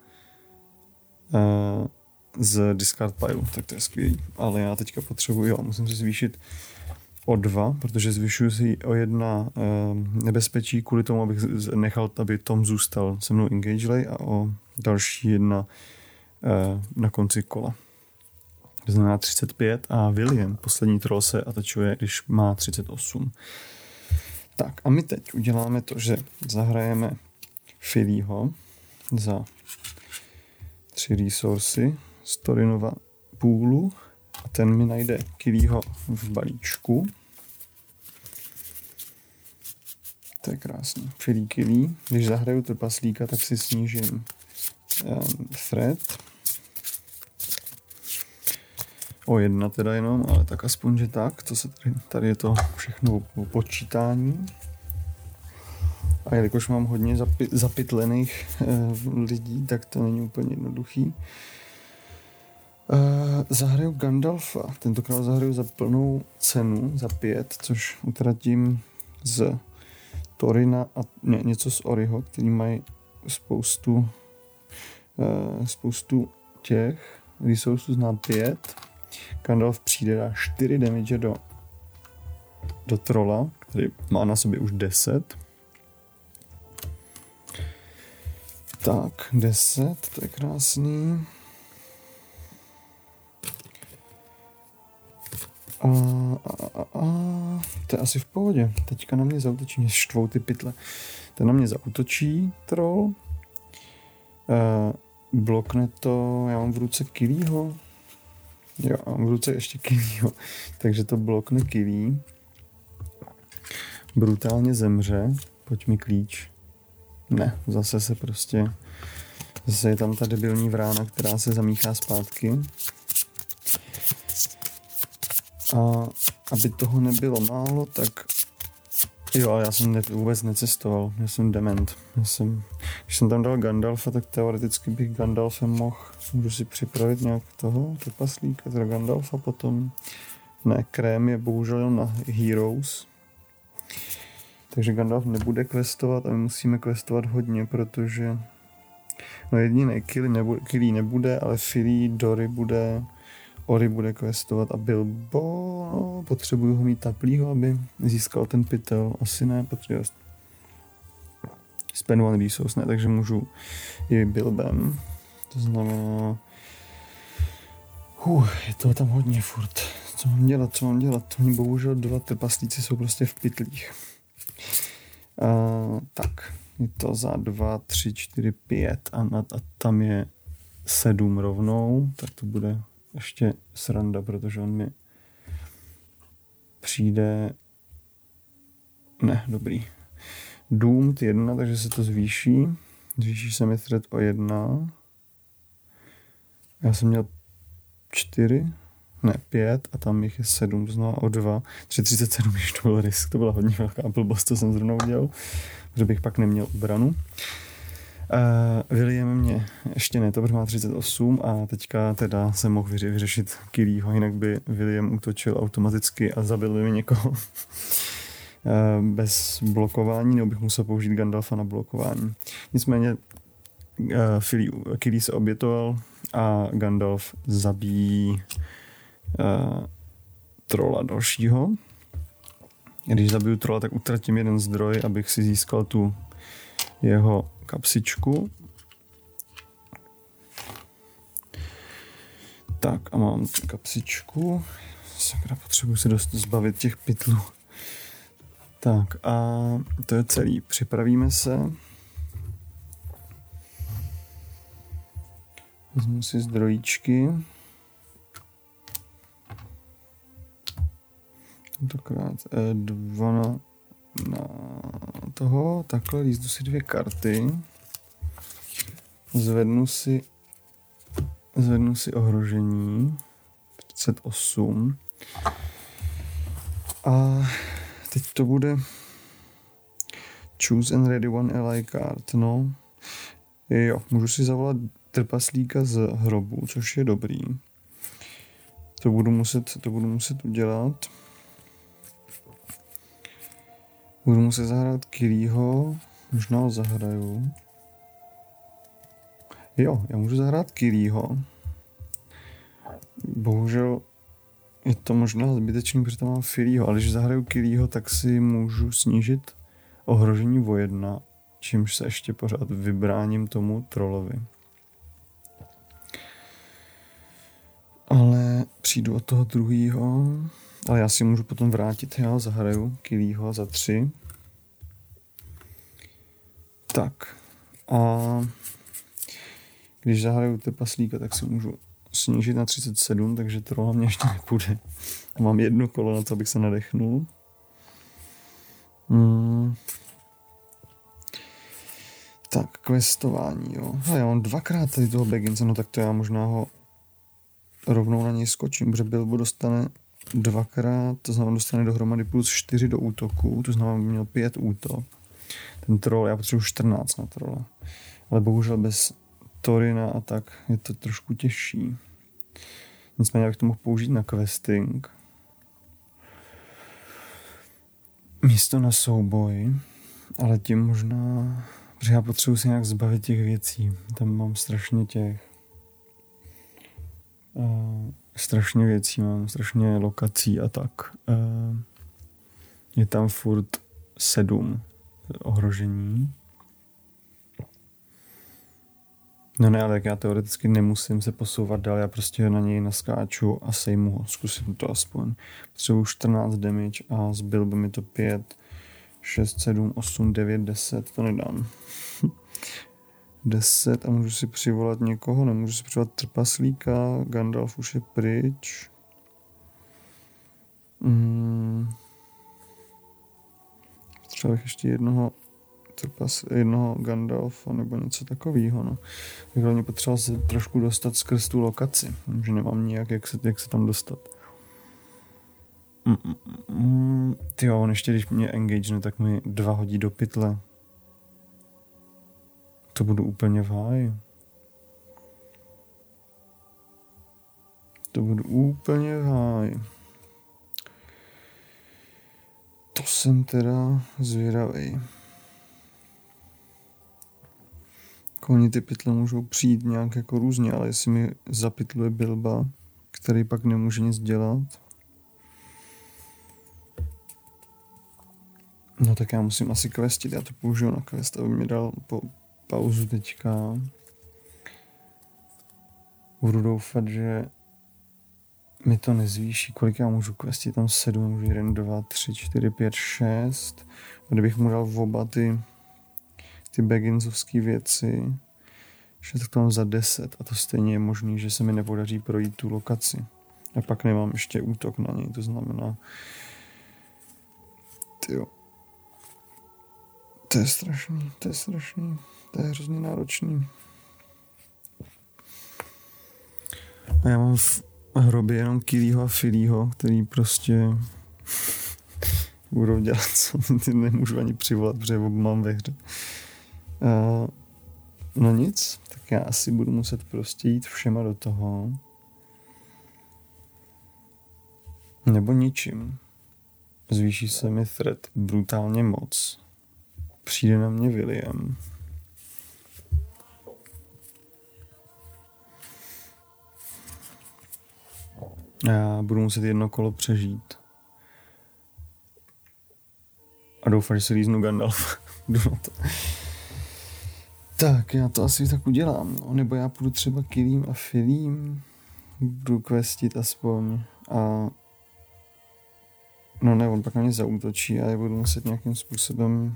z discard pile, tak to je skvělý. Ale já teďka musím si zvýšit o 2, protože zvyšuju si o 1 nebezpečí kvůli tomu, abych nechal, aby Tom zůstal se mnou engagelej a o další 1 na konci kola. To znamená 35 a William, poslední troll, se atačuje, když má 38. Tak a my teď uděláme to, že zahrajeme Filiho za 3 resursy z Torinova půlu a ten mi najde Kiliho v balíčku. To je krásný. Fili Kili. Když zahraju trpaslíka, tak si snížím threat. O 1 teda jenom, ale tak aspoň, že tak. To se tady je to všechno o počítání. A jelikož mám hodně zapytlených lidí, tak to není úplně jednoduchý. Zahraju Gandalfa. Tentokrát zahraju za plnou cenu, za 5, což utratím z Torina a něco z Oriho, který mají spoustu těch resursů na 5. Gandalf přijde, dá 4 damage do trola, který má na sobě už 10. Tak, 10, to je krásný. To je asi v pohodě. Teďka na mě zaútočí, mě štvou ty pytle. Ten na mě zaútočí troll. Blokne to, já mám v ruce Kiliho. Jo, mám v ruce ještě Kiliho. Takže to blokne Kili. Brutálně zemře. Pojď mi klíč. Ne, zase je tam ta debilní vrána, která se zamíchá zpátky. A aby toho nebylo málo, tak jo, já jsem vůbec necestoval, já jsem dement. Když jsem tam dal Gandalfa, tak teoreticky bych Gandalfem můžu si připravit nějak toho trpaslíka z Gandalfa potom. Ne, Krém je bohužel na Heroes. Takže Gandalf nebude questovat a my musíme questovat hodně, protože jediný Kili nebude, ale Fili, Dory bude, Ori bude questovat a Bilbo, potřebuju ho mít taplýho, aby získal ten pytel. Asi ne, potřebuji spend one resource, ne, takže můžu i Bilbem. To znamená, je toho tam hodně furt. Co mám dělat? Oni bohužel 2 trpaslíci jsou prostě v pytlích. Tak, je to za 2, 3, 4, 5 a tam je 7 rovnou, tak to bude ještě sranda, protože on mi přijde... Ne, dobrý. Doomed 1, takže se to zvýší. Zvýší se mi threat o 1. Já jsem měl 4, ne 5 a tam jich je 7, to znamená o 2. 37, když to byl risk, to byla hodně velká blbost, co jsem zrovna udělal, protože bych pak neměl obranu. William mě ještě ne, to má 38 a teďka teda jsem mohl vyřešit Kiliho, jinak by William útočil automaticky a zabil by někoho bez blokování, nebo bych musel použít Gandalfa na blokování. Nicméně Kili se obětoval a Gandalf zabíjí trolla dalšího. Když zabiju trolla, tak utratím 1 zdroj, abych si získal tu jeho kapsičku. Tak a mám kapsičku. Sakra, potřebuji se zbavit těch pytlů. Tak a to je celý. Připravíme se. Vezmu si zdrojíčky. Tentokrát 2 na toho, takhle líznu si 2 karty, zvednu si ohrožení 38 a teď to bude choose and ready one ally card, no. Jo, můžu si zavolat trpaslíka z hrobu, což je dobrý. To budu muset udělat. Budu muset zahrát Kirýho, možná ho zahraju. Jo, já můžu zahrát Kirýho. Bohužel je to možná zbytečný, protože tam mám Firýho, ale když zahraju Kirýho, tak si můžu snížit ohrožení o 1, čímž se ještě pořád vybráním tomu trolovi. Ale přijdu od toho druhýho, ale já si můžu potom vrátit, já zahraju Kirýho za 3. Tak. A když zahraju trpaslíka, tak si můžu snížit na 37, takže trolla mě ještě nepůjde. Mám 1 kolo na to, abych se nadechnul. Tak, questování, jo. A já mám 2krát tady toho Bagginse, no tak to já možná ho rovnou na něj skočím, protože Bilbo dostane 2krát, to znamená dostane dohromady plus 4 do útoku, to znamená, že měl 5 útok. Ten troll, já potřebuji 14 na trolla. Ale bohužel bez Torina a tak je to trošku těžší. Nicméně bych to mohl použít na questing. Místo na souboj, ale tím možná, protože já potřebuji si nějak zbavit těch věcí. Tam mám strašně strašně věcí, mám strašně lokací a tak. Je tam furt 7 ohrožení. No ne, ale tak já teoreticky nemusím se posouvat dál, já prostě na něj naskáču a sejmu ho, zkusím to aspoň. Potřebuji 14 damage a zbyl by mi to 5, 6, 7, 8, 9, 10, to nedám. 10 a můžu si přivolat někoho, nemůžu si přivolat trpaslíka, Gandalf už je pryč. Třeba bych ještě jednoho Gandalfa nebo něco takového, no. Tak hlavně potřeba se trošku dostat skrz tu lokaci, že nemám nijak, jak se tam dostat. Tyjo, on ještě když mě engagene, tak mi 2 hodí do pytle. To budu úplně v háji. To jsem teda zvědavej. Oni ty pytle můžou přijít nějak jako různě, ale jestli mi zapytluje Bilba, který pak nemůže nic dělat, no tak já musím asi questit, já to použiju na quest, aby mi dal pauzu teďka. Budu doufat, že mi to nezvýší, kolik já můžu questit, tam 7, můžu 1, 2, 3, 4, 5, 6. A kdybych mu dal v oba ty Bagginsovský věci, že tak to mám za 10 a to stejně je možný, že se mi nepodaří projít tu lokaci. A pak nemám ještě útok na něj, to znamená, tyjo, to je strašný, to je hrozně náročný. A já mám v hrobě jenom Kirýho a Firýho, který prostě budou dělat, co nemůžu ani přivolat, protože mám ve hře. No nic, tak já asi budu muset prostě jít všema do toho. Nebo ničím. Zvýší se mi threat brutálně moc. Přijde na mě William. Já budu muset 1 kolo přežít. A doufám, že se líznu Gandalf. Jdu na to. Tak, já to asi tak udělám. No. Nebo já půjdu třeba Kirým a Firým. Budu questit aspoň. A no ne, on pak na mě zaútočí a já budu muset nějakým způsobem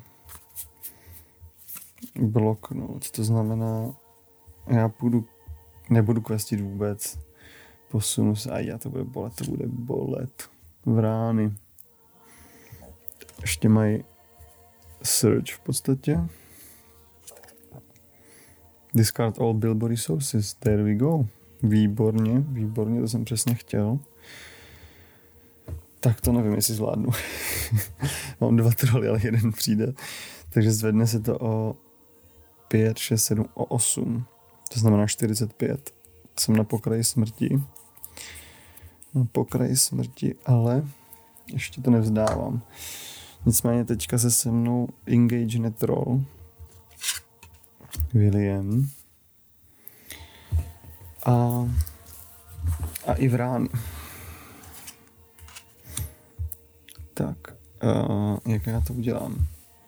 bloknout. To znamená, já nebudu questit vůbec. Posunu se a to bude bolet. Vrány. Ještě mají search v podstatě. Discard all Bilbo resources. There we go. Výborně, to jsem přesně chtěl. Tak to nevím, jestli zvládnu. Mám 2 troly, ale 1 přijde. Takže zvedne se to o 5, 6, 7, o 8. To znamená 45. Jsem na pokraji smrti. Ale ještě to nevzdávám. Nicméně teďka se mnou engage troll William a i vrán. Tak, jak já to udělám?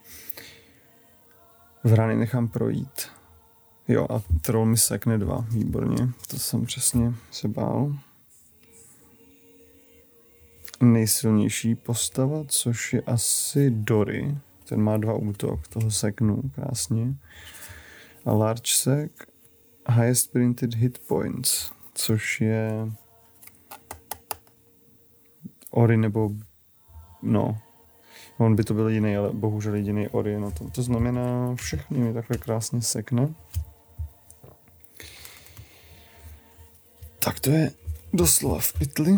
Vrány nechám projít. Jo, a troll mi sekne 2. Výborně, to jsem přesně se bál. Nejsilnější postava, což je asi Dory. Ten má 2 útok, toho seknu krásně. A large sec, highest printed hit points, což je Ori nebo no, on by to byl jiný, ale bohužel jediný Ori na tom. To znamená, všechny mi takhle krásně sekne. Tak to je doslova v pytli.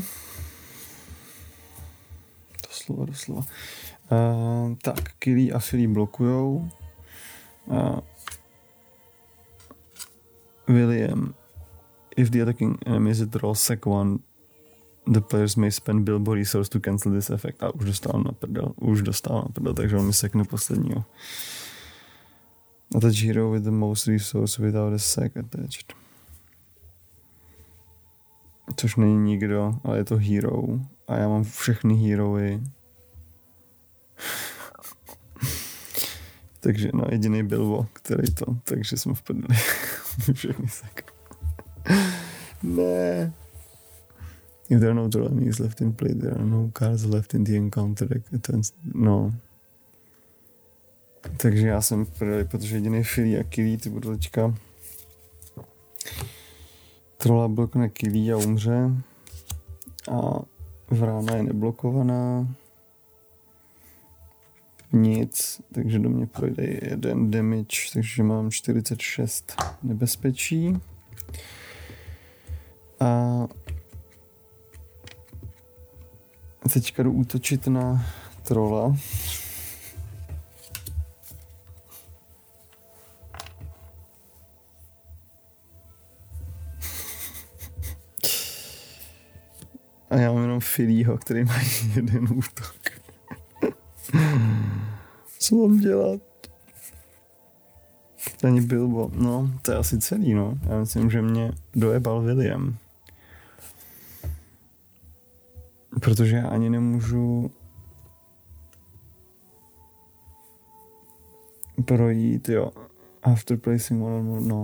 Doslova. Tak, Killy a Philly blokujou. William, if the attacking enemy is at roll sec 1, the players may spend Bilbo resource to cancel this effect. A už dostal na prdel, takže on mi sekne posledního. Attach hero with the most resource without a sec attached. Což není nikdo, ale je to hero. A já mám všechny heroy. Takže no, jediný Bilbo, který to, takže jsme v prdeli. Všechny sek. Ne. If there are no troll enemies left in play, there are no cards left in the encounter deck. No. Takže já jsem prdeli, protože jediný Philly a Killy, ty budou teďka trolla blokne Killy a umře. A vrána je neblokovaná. Nic, takže do mě projde 1 damage, takže mám 46 nebezpečí. A teďka jdu útočit na trolla. A já mám jenom Phillyho, který má 1 útok. Co mám dělat? Ani Bilbo. No, to je asi celý, no. Já myslím, že mě dojebal William. Protože já ani nemůžu projít, jo. After placing one or more, no.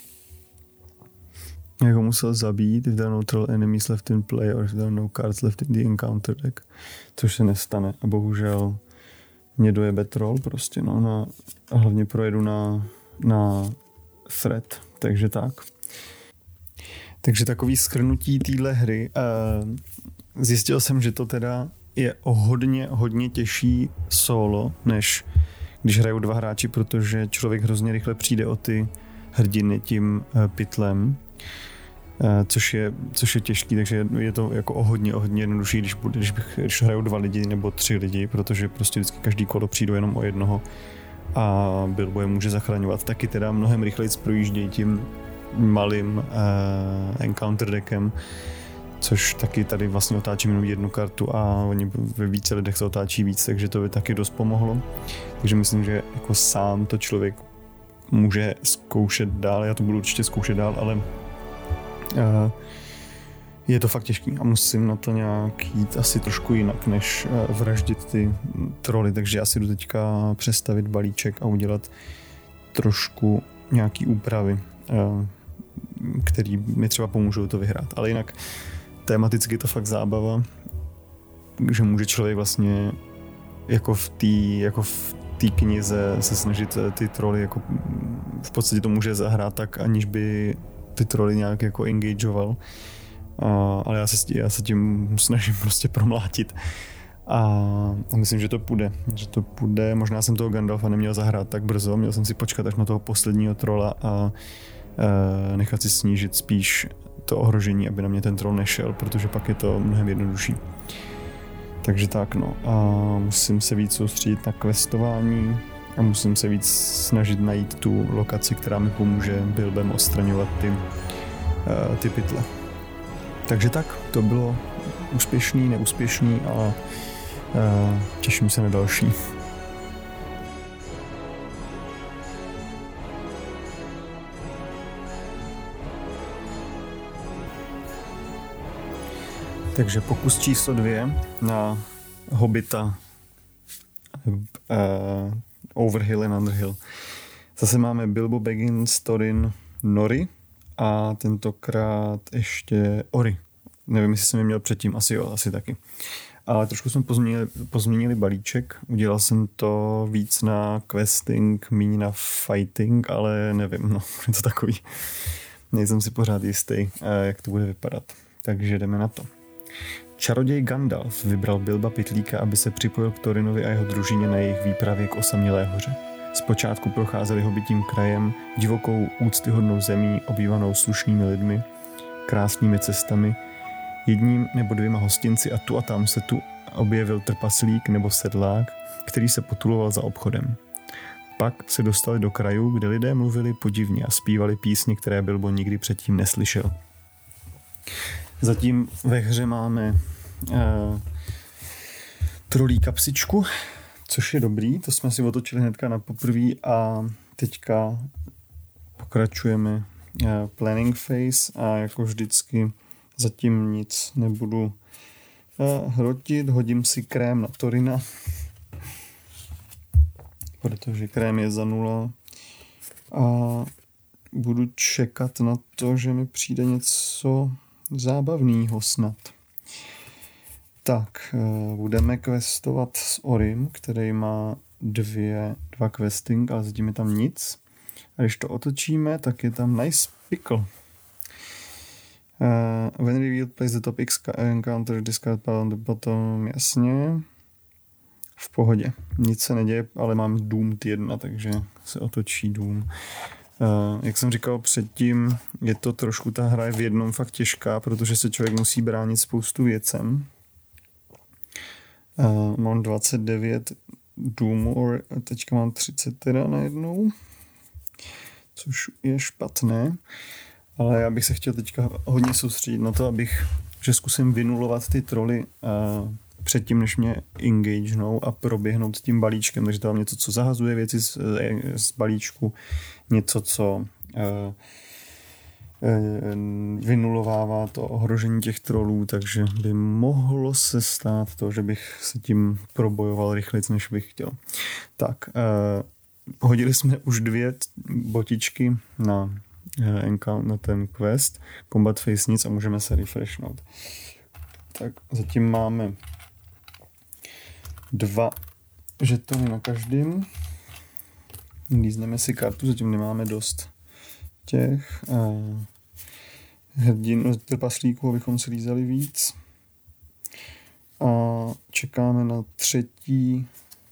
Jak ho musel zabít, if there are no troll enemies left in play or if there are no cards left in the encounter deck. Což se nestane. A bohužel mě dojebe troll prostě, no. A hlavně projedu na threat. Takže tak. Takže takový shrnutí téhle hry. Zjistil jsem, že to teda je o hodně těžší solo, než když hrajou 2 hráči, protože člověk hrozně rychle přijde o ty hrdiny tím pytlem, což je těžký, takže je to jako o hodně jednodušší, když hrajou 2 lidi nebo 3 lidi, protože prostě vždycky každý kolo přijde jenom o jednoho a Bilbo je může zachraňovat. Taky teda mnohem rychleji projíždějí tím malým encounter deckem, což taky tady vlastně otáčím jenom 1 kartu a oni ve více lidech se otáčí víc, takže to by taky dost pomohlo. Takže myslím, že jako sám to člověk může zkoušet dál, já to budu určitě zkoušet dál, ale je to fakt těžký a musím na to nějak jít asi trošku jinak, než vraždit ty troly, takže já si jdu teďka přestavit balíček a udělat trošku nějaký úpravy, který mi třeba pomůžou to vyhrát, ale jinak tematicky je to fakt zábava, že může člověk vlastně jako v té knize se snažit ty troly jako v podstatě to může zahrát tak, aniž by ty troly nějak jako engageoval. Ale já se tím snažím prostě promlátit. A myslím, že to půjde. Možná jsem toho Gandalfa neměl zahrát tak brzo, měl jsem si počkat až na toho posledního trola a nechat si snížit spíš to ohrožení, aby na mě ten troll nešel, protože pak je to mnohem jednodušší. Takže tak, no. A musím se víc soustředit na questování a musím se víc snažit najít tu lokaci, která mi pomůže Bilbem odstraňovat ty pytle. Takže tak, to bylo úspěšný, neúspěšný a Těším se na další. Takže pokus číslo 2 na Hobita Overhill and Underhill. Zase máme Bilbo Baggins, Thorin, Nori a tentokrát ještě Ori. Nevím, jestli jsem je měl předtím, asi jo, asi taky. Ale trošku jsme pozměnili balíček. Udělal jsem to víc na questing, méně na fighting, ale nevím, no, je to takový. Nejsem si pořád jistý, jak to bude vypadat. Takže jdeme na to. Čaroděj Gandalf vybral Bilba Pytlíka, aby se připojil k Thorinovi a jeho družině na jejich výpravě k osamělé hoře. Zpočátku procházeli hobitím krajem, divokou úctyhodnou zemí, obývanou slušnými lidmi, krásnými cestami, jedním nebo dvěma hostinci a tu a tam se tu objevil trpaslík nebo sedlák, který se potuloval za obchodem. Pak se dostali do krajů, kde lidé mluvili podivně a zpívali písně, které Bilbo nikdy předtím neslyšel. Zatím ve hře máme trolí kapsičku, což je dobrý, to jsme si otočili hnedka na poprví a teďka pokračujeme planning phase a jako vždycky zatím nic nebudu hrotit, hodím si krém na Thorina, protože krém je za 0 a budu čekat na to, že mi přijde něco zábavného snad. Tak, budeme questovat s Orim, který má dva questing, ale zatím je tam nic. A když to otočíme, tak je tam nice pickle. When revealed, place the top X encounter discard pile on the bottom, jasně. V pohodě. Nic se neděje, ale mám Doom 1, takže se otočí Doom. Jak jsem říkal předtím, je to trošku, ta hra je v jednom fakt těžká, protože se člověk musí bránit spoustu věcem. Mám 29 Doomu, teďka mám 30 teda najednou, což je špatné, ale já bych se chtěl teďka hodně soustředit na to, že zkusím vynulovat ty troly předtím, než mě engagenou a proběhnout tím balíčkem. Takže to mám něco, co zahazuje věci z balíčku, něco, co vynulovává to ohrožení těch trolů, takže by mohlo se stát to, že bych se tím probojoval rychleji, než bych chtěl. Tak, hodili jsme už 2 botičky na ten quest, Combat Phase nic a můžeme se refreshnout. Tak zatím máme 2 žetony na každým. Lízneme si kartu, zatím nemáme dost těch hrdin trpaslíků, abychom si lízali víc. A čekáme na třetí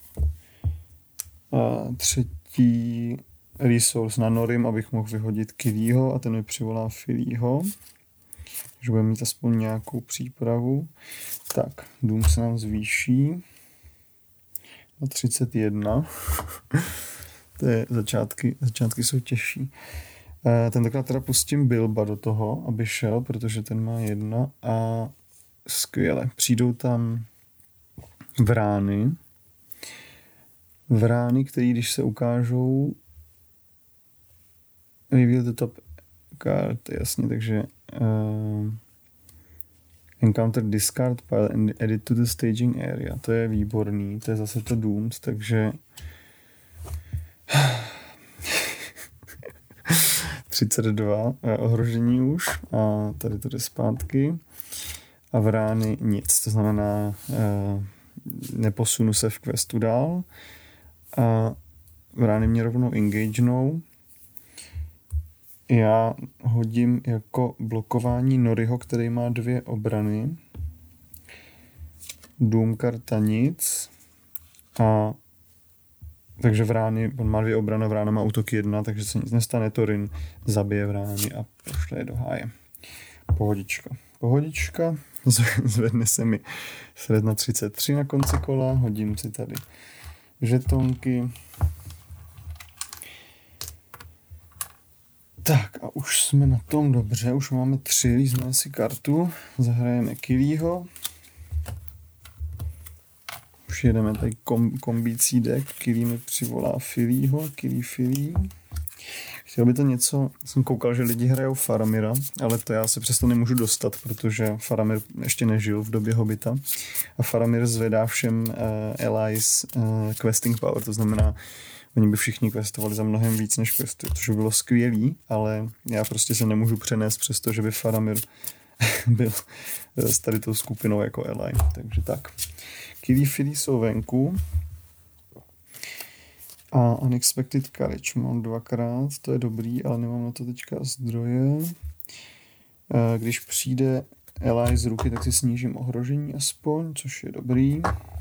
resource na Norim, abych mohl vyhodit Killyho a ten mi přivolá Fillyho. Takže budeme mít aspoň nějakou přípravu. Tak, Dům se nám zvýší na 31. To je začátky jsou těžší. Tentokrát teda pustím Bilba do toho, aby šel, protože ten má 1 a skvěle. Přijdou tam vrány, které když se ukážou reveal the top card, jasně, takže encounter discard pile and edit to the staging area. To je výborný, to je zase to Dooms, takže 32 ohrožení už a tady to jde zpátky a v rány nic, to znamená neposunu se v questu dál a v rány mě rovnou engagenou. Já hodím jako blokování Noriho, který má 2 obrany. Doom karta nic a takže vrány, on má 2 obrany, vrána má útok 1, takže se nic nestane, Thorin zabije vrány a pošle je do háje. Pohodička. Zvedne se mi sred na 33 na konci kola, hodím si tady žetonky. Tak a už jsme na tom dobře, už máme 3, lízneme si kartu, zahrajeme Killyho. Už jedeme tady kombící deck. Killy mi přivolá Filího, Killy Filí. Chtěl by to něco, jsem koukal, že lidi hrajou Faramira, ale to já se přesto nemůžu dostat, protože Faramir ještě nežil v době Hobita. A Faramir zvedá všem allies questing power, to znamená, oni by všichni questovali za mnohem víc než questy, což by bylo skvělý, ale já prostě se nemůžu přenést přesto, že by Faramir byl s tady tou skupinou jako ally. Takže tak. Killy Filly jsou venku. A Unexpected Courage mám 2x, to je dobrý, ale nemám na to teďka zdroje. Když přijde ally z ruky, tak si snížím ohrožení aspoň, což je dobrý.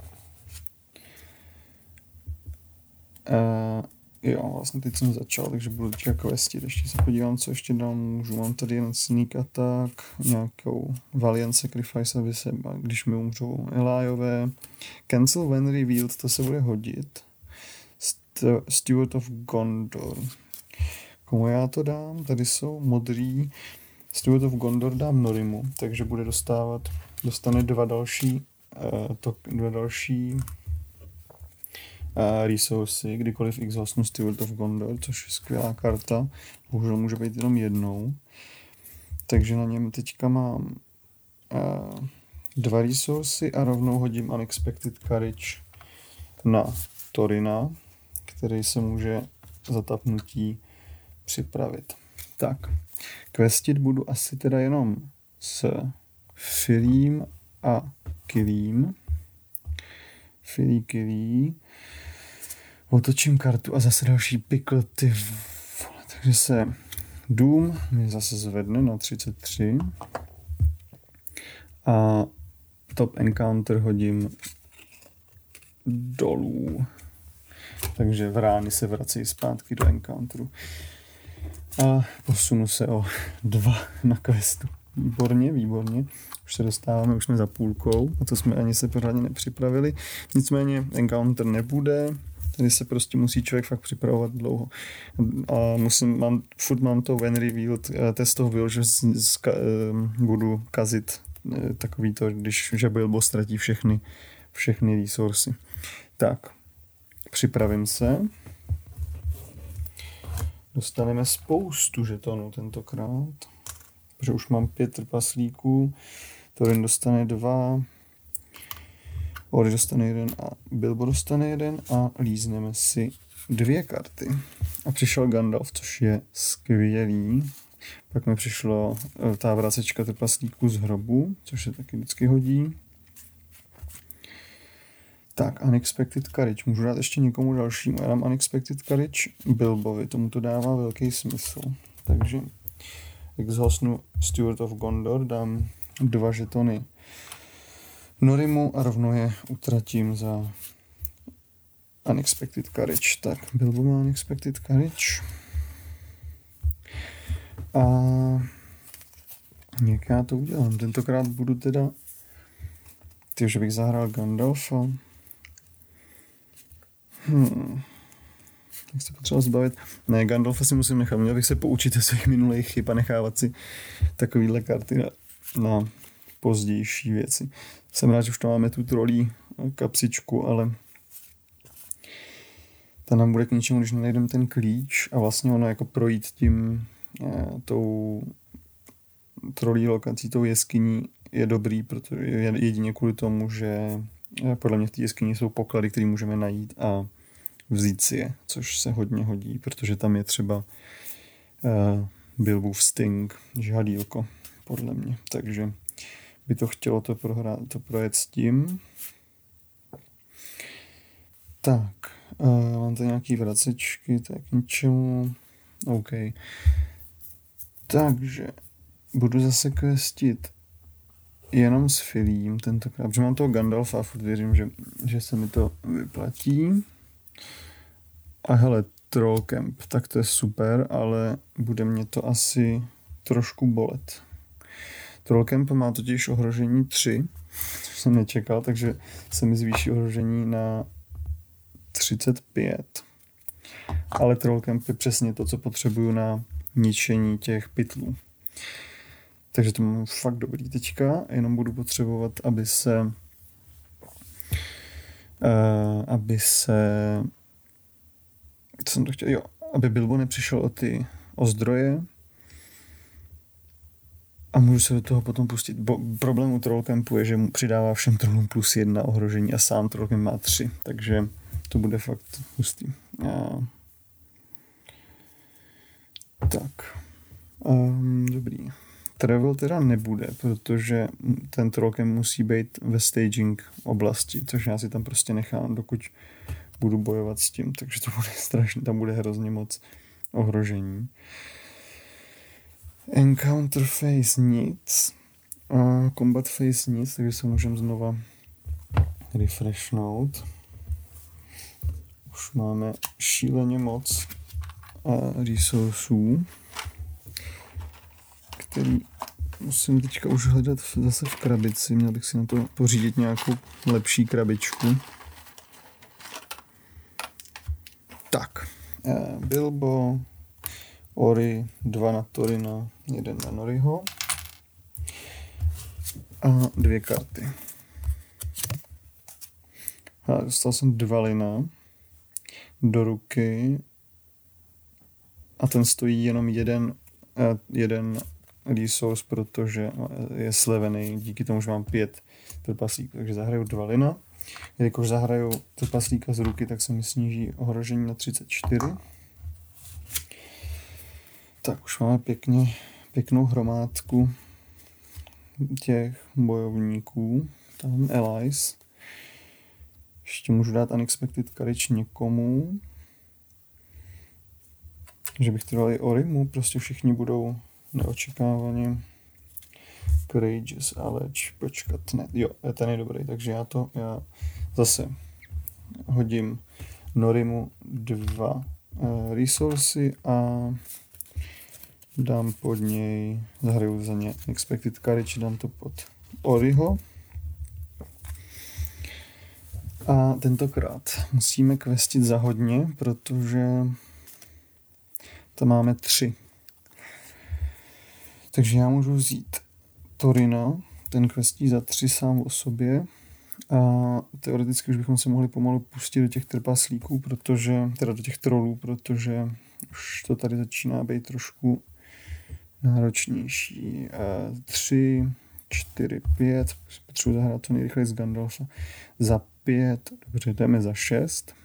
Jo, vlastně teď jsem začal, takže budu teďka questit. Ještě se podívám, co ještě dál můžu. Mám tady jen sneak attack, nějakou Valiant Sacrifice, aby se, když mi umřou allyové. Cancel when revealed, to se bude hodit. Steward of Gondor. Komu já to dám? Tady jsou modrý. Steward of Gondor dám Norimu, takže bude dostane dva další resourcy, kdykoliv exhaustnu Steward of Gondor, což je skvělá karta. Bohužel může být jenom jednou. Takže na něm teďka mám 2 resourcy a rovnou hodím Unexpected Courage na Torina, který se může zatapnutí připravit. Tak, questit budu asi teda jenom s Filím a Killym. Killy. Otočím kartu a zase další pikl, ty vole. Takže se Doom mi zase zvedne na 33 a Top Encounter hodím dolů. Takže vrány se vracejí zpátky do Encounteru. A posunu se o 2 na questu. Výborně. Už se dostáváme, už jsme za půlkou, a to jsme ani se pořádně nepřipravili. Nicméně Encounter nebude, tady se prostě musí člověk fakt připravovat dlouho. A furt mám to when revealed, test toho byl, že budu kazit takový to, že Bilbo ztratí všechny resursy. Tak, připravím se. Dostaneme spoustu žetonů tentokrát, protože už mám 5 trpaslíků. Thorin dostane 2, Ori dostane 1 a Bilbo dostane 1 a lízneme si 2 karty. A přišel Gandalf, což je skvělý. Pak mi přišlo ta vracečka trpaslíků z hrobu, což se taky vždycky hodí. Tak, Unexpected Courage. Můžu dát ještě někomu dalšímu. Já dám Unexpected Courage Bilbovi. Tomu to dává velký smysl. Takže exhaustnu Steward of Gondor, dám 2 žetony Norimu a rovno je utratím za Unexpected Courage. Tak, Bilbo má Unexpected Courage. A jak já to udělám? Tentokrát budu teda že bych zahrál Gandalfa. Jak se potřeba zbavit? Ne, Gandalfa si musím nechat. Měl bych se poučit ze svých minulých chyb a nechávat si takovýhle karty na pozdější věci. Jsem rád, že už tam máme tu trolí kapsičku, ale ta nám bude k ničemu, když nenajdeme ten klíč a vlastně ono jako projít tím tou trolí lokací, tou jeskyní je dobrý, protože jedině kvůli tomu, že podle mě v té jeskyni jsou poklady, které můžeme najít a vzít si je, což se hodně hodí, protože tam je třeba Bilbův Sting, žhadílko, podle mě. Takže by to chtělo to projet s tím. Tak, mám tady nějaký vracečky, tak k ničemu. OK. Takže budu zase questit jenom s Filím tentokrát, protože mám toho Gandalfa a furt věřím, že se mi to vyplatí. A hele, Trollcamp, tak to je super, ale bude mě to asi trošku bolet. Trollcamp má totiž ohrožení 3, což jsem nečekal, takže se mi zvýší ohrožení na 35. Ale Trollcamp je přesně to, co potřebuju na ničení těch pytlů. Takže to mám fakt dobrý teďka, jenom budu potřebovat, aby se aby se... Co jsem to chtěl? Jo, aby Bilbo nepřišel o zdroje a můžu se do toho potom pustit. Problém u Trollcampu je, že mu přidává všem trollům +1 ohrožení a sám Trollcamp má 3, takže to bude fakt hustý. Tak. Dobrý. Travel teda nebude, protože ten Trollcamp musí být ve staging oblasti, což já si tam prostě nechám, dokud budu bojovat s tím, takže to bude strašně, tam bude hrozně moc ohrožení. Encounter phase nic, combat phase nic, takže se můžeme znova refreshnout. Už máme šíleně moc resourceů, který musím teďka už hledat zase v krabici. Měl bych si na to pořídit nějakou lepší krabičku. Tak, Bilbo, Ori, 2 na Torina, 1 na Noriho a 2 karty. Dostal jsem 2 lina do ruky a ten stojí jenom jeden resource, protože je slevený, díky tomu, že mám 5 trpaslíků, takže zahraju 2 lina. Jelikož zahraju trpaslíka z ruky, tak se mi sníží ohrožení na 34. Tak už máme pěknou hromádku těch bojovníků. Tam allies. Ještě můžu dát unexpected courage někomu. Že bych to dal i Orimu, prostě všichni budou neočekávaně courageous, ale počkat, ne, jo, ten je dobrý, takže já zase hodím Norimu 2 resursy a dám pod něj, zahraju za ně expected courage, dám to pod Oriho. A tentokrát musíme questit za hodně, protože tam máme 3. Takže já můžu vzít Torina, ten questí za 3 sám o sobě a teoreticky už bychom se mohli pomalu pustit do těch trpaslíků, do těch trolů, protože už to tady začíná být trošku náročnější. 3, 4, 5, potřebuji zahrát to nejrychleji z Gandalfa. Za 5, dobře, jdeme za 6.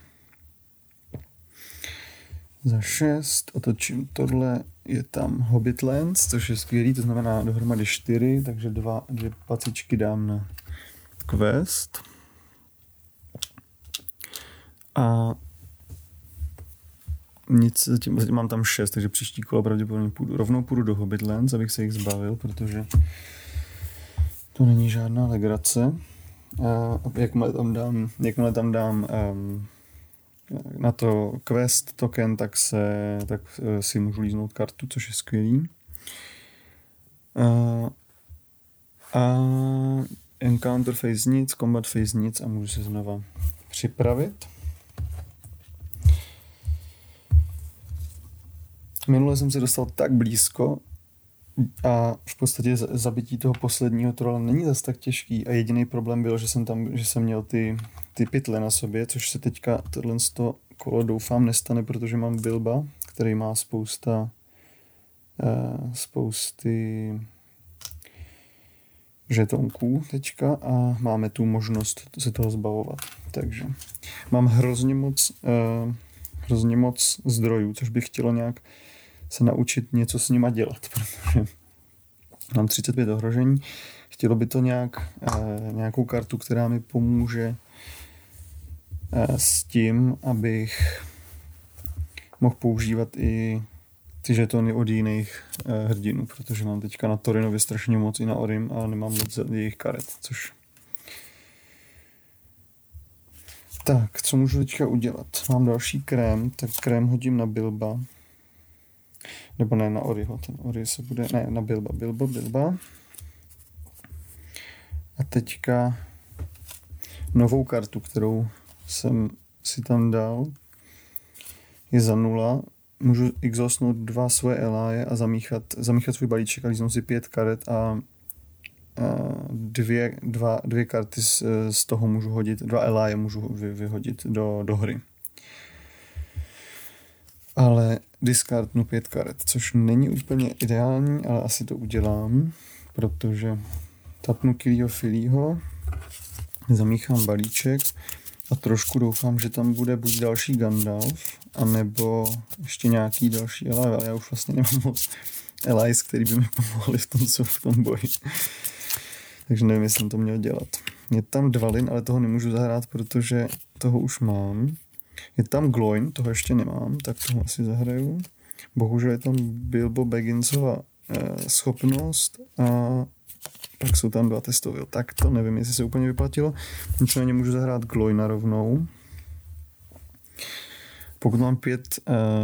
Za 6 otočím tohle, je tam Hobbitlands, což je skvělý, to znamená dohromady 4, takže 2 pacičky dám na quest. A zatím mám tam 6, takže příští kolo pravděpodobně rovnou půjdu do Hobbitlands, abych se jich zbavil, protože to není žádná legrace. A jakmile tam dám na to quest token, tak si můžu líznout kartu, což je skvělý. A encounter phase nic, combat phase nic a můžu se znova připravit. Minule jsem se dostal tak blízko a v podstatě zabití toho posledního trolla není zas tak těžký a jediný problém byl, že jsem měl ty pytle na sobě, což se teďka tohle kolo doufám nestane, protože mám Bilba, který má spousty žetonků teďka a máme tu možnost se toho zbavovat. Takže mám hrozně moc zdrojů, což bych chtělo nějak se naučit něco s nima dělat, protože mám 35 ohrožení. Chtělo by to nějakou kartu, která mi pomůže s tím, abych mohl používat i ty žetony od jiných hrdinů, protože mám teďka na Torinovi strašně moc i na Orim, ale nemám moc jejich karet, což... Tak, co můžu teďka udělat? Mám další krém, tak krém hodím na Bilba. Nebo ne, na Oriho. Ten Ori se bude... Ne, na Bilba. Bilba. A teďka novou kartu, kterou jsem si tam dal, je za 0. Můžu exhaustnout 2 svoje eláje a zamíchat svůj balíček a líznout si 5 karet a dvě karty z toho můžu hodit, 2 eláje můžu vyhodit do hry. Ale discardnu 5 karet, což není úplně ideální, ale asi to udělám, protože tapnu Killyho Fillyho, zamíchám balíček a trošku doufám, že tam bude buď další Gandalf, anebo ještě nějaký další Elai, ale já už vlastně nemám moc Elais, který by mi pomohli v tom boji. Takže nevím, jestli jsem to měl dělat. Je tam Dvalin, ale toho nemůžu zahrát, protože toho už mám. Je tam Gloin, toho ještě nemám, tak toho asi zahraju. Bohužel je tam Bilbo Bagginsova schopnost a pak jsou tam 2 testovy. Tak to nevím, jestli se úplně vyplatilo. Nicméně můžu zahrát Gloina rovnou. Pokud mám 5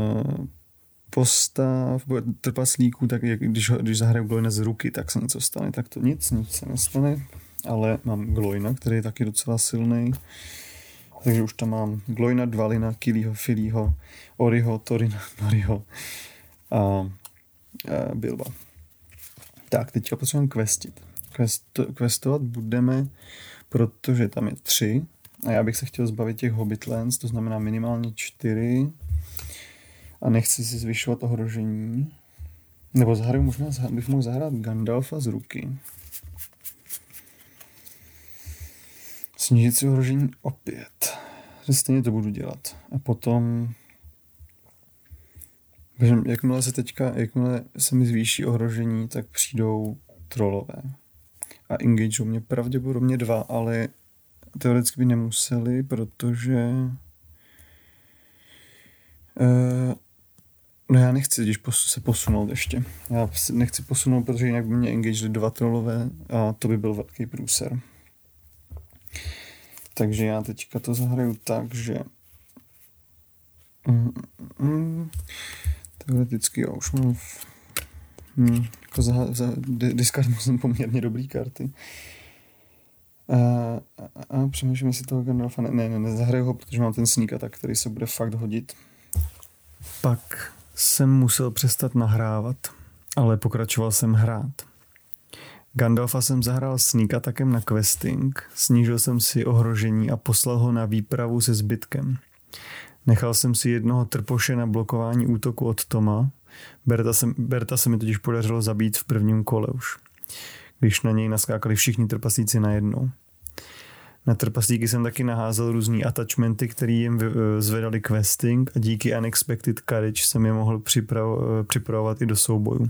postav, trpaslíků, tak když zahraju Gloina z ruky, tak se něco stane. Tak to nic se nestane, ale mám Gloina, který je taky docela silný. Takže už tam mám Gloina, Dvalina, Killyho, Fillyho, Oriho, Torina, Noriho a Bilba. Tak, teďka potřebujeme questit. Questovat budeme, protože tam je 3 a já bych se chtěl zbavit těch Hobbitlands, to znamená minimálně 4 a nechci si zvyšovat ohrožení. Nebo možná bych mohl zahrát Gandalfa z ruky. Snížit si ohrožení opět. Stejně to budu dělat. A potom jakmile se mi zvýší ohrožení, tak přijdou trollové. A engageují mě pravděpodobně 2, ale teoreticky by nemuseli, protože já nechci když se posunout ještě. Já nechci posunout, protože jinak by mě engageli 2 trollové a to by byl velký průser. Takže já teďka to zahraju tak, že teoreticky já už mám discard jsem poměrně dobrý karty. A přemýšlím, jestli toho Gandalfa nezahraju ho, protože mám ten sneak attack, který se bude fakt hodit. Pak jsem musel přestat nahrávat, ale pokračoval jsem hrát. Gandalfa jsem zahrál sneak attackem na questing, snížil jsem si ohrožení a poslal ho na výpravu se zbytkem. Nechal jsem si jednoho trpoše na blokování útoku od Toma. Berta se mi totiž podařilo zabít v prvním kole už, když na něj naskákali všichni trpaslíci najednou. Na trpaslíky jsem taky naházel různý attachmenty, který jim zvedali questing a díky Unexpected Courage jsem je mohl připravovat i do soubojů.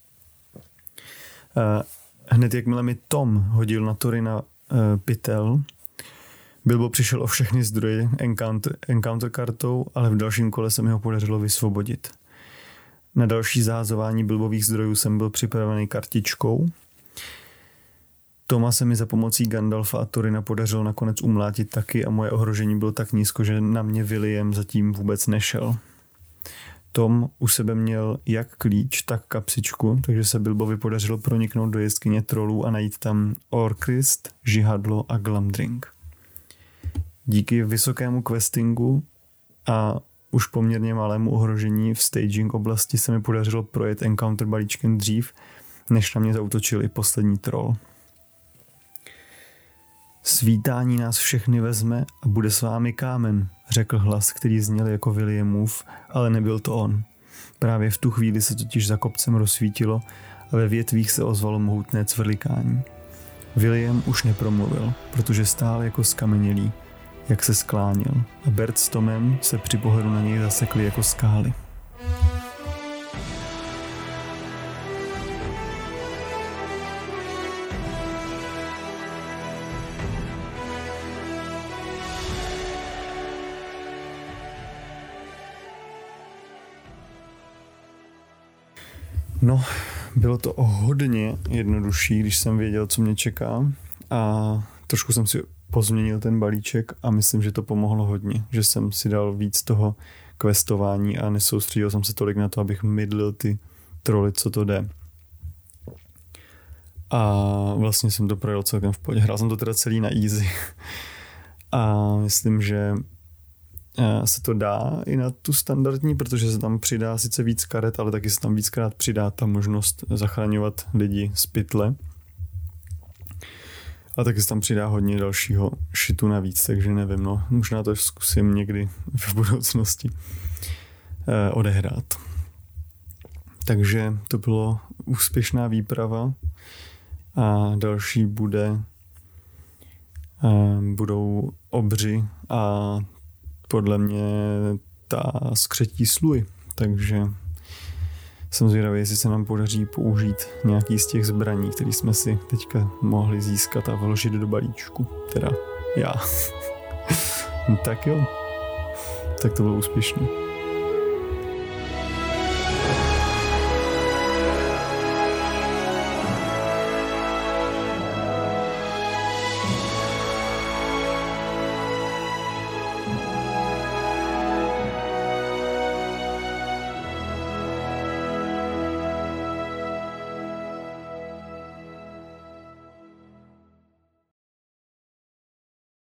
Hned jakmile mi Tom hodil na Torina pytel, Bilbo přišel o všechny zdroje encounter kartou, ale v dalším kole se mi ho podařilo vysvobodit. Na další zahazování Bilbových zdrojů jsem byl připravený kartičkou. Toma se mi za pomocí Gandalfa a Torina podařilo nakonec umlátit taky a moje ohrožení bylo tak nízko, že na mě William zatím vůbec nešel. Tom u sebe měl jak klíč, tak kapsičku, takže se Bilbovi podařilo proniknout do jeskyně trolů a najít tam Orcrist, žihadlo a Glamdring. Díky vysokému questingu a už poměrně malému ohrožení v staging oblasti se mi podařilo projet encounter balíčkem dřív, než na mě zaútočil i poslední troll. Svítání nás všechny vezme a bude s vámi kámen, řekl hlas, který zněl jako Williamův, ale nebyl to on. Právě v tu chvíli se totiž za kopcem rozsvítilo a ve větvích se ozvalo mohutné cvrlikání. William už nepromluvil, protože stál jako skamenělý, jak se skláněl, a Bert s Tomem se při pohledu na něj zasekli jako skály. No, bylo to hodně jednodušší, když jsem věděl, co mě čeká, a trošku jsem si pozměnil ten balíček a myslím, že to pomohlo hodně, že jsem si dal víc toho questování a nesoustředil jsem se tolik na to, abych mydlil ty troly, co to jde. A vlastně jsem to projel celkem v pohodě. Hrál jsem to teda celý na easy a myslím, že se to dá i na tu standardní, protože se tam přidá sice víc karet, ale taky se tam víckrát přidá ta možnost zachraňovat lidi z pytle. A taky se tam přidá hodně dalšího shitu navíc, takže nevím, no. Možná to zkusím někdy v budoucnosti odehrát. Takže to bylo úspěšná výprava a další budou obři a podle mě ta skřetí sluj. Takže jsem zvědavý, jestli se nám podaří použít nějaký z těch zbraní, které jsme si teďka mohli získat a vložit do balíčku. Teda já. Tak jo. Tak to bylo úspěšný.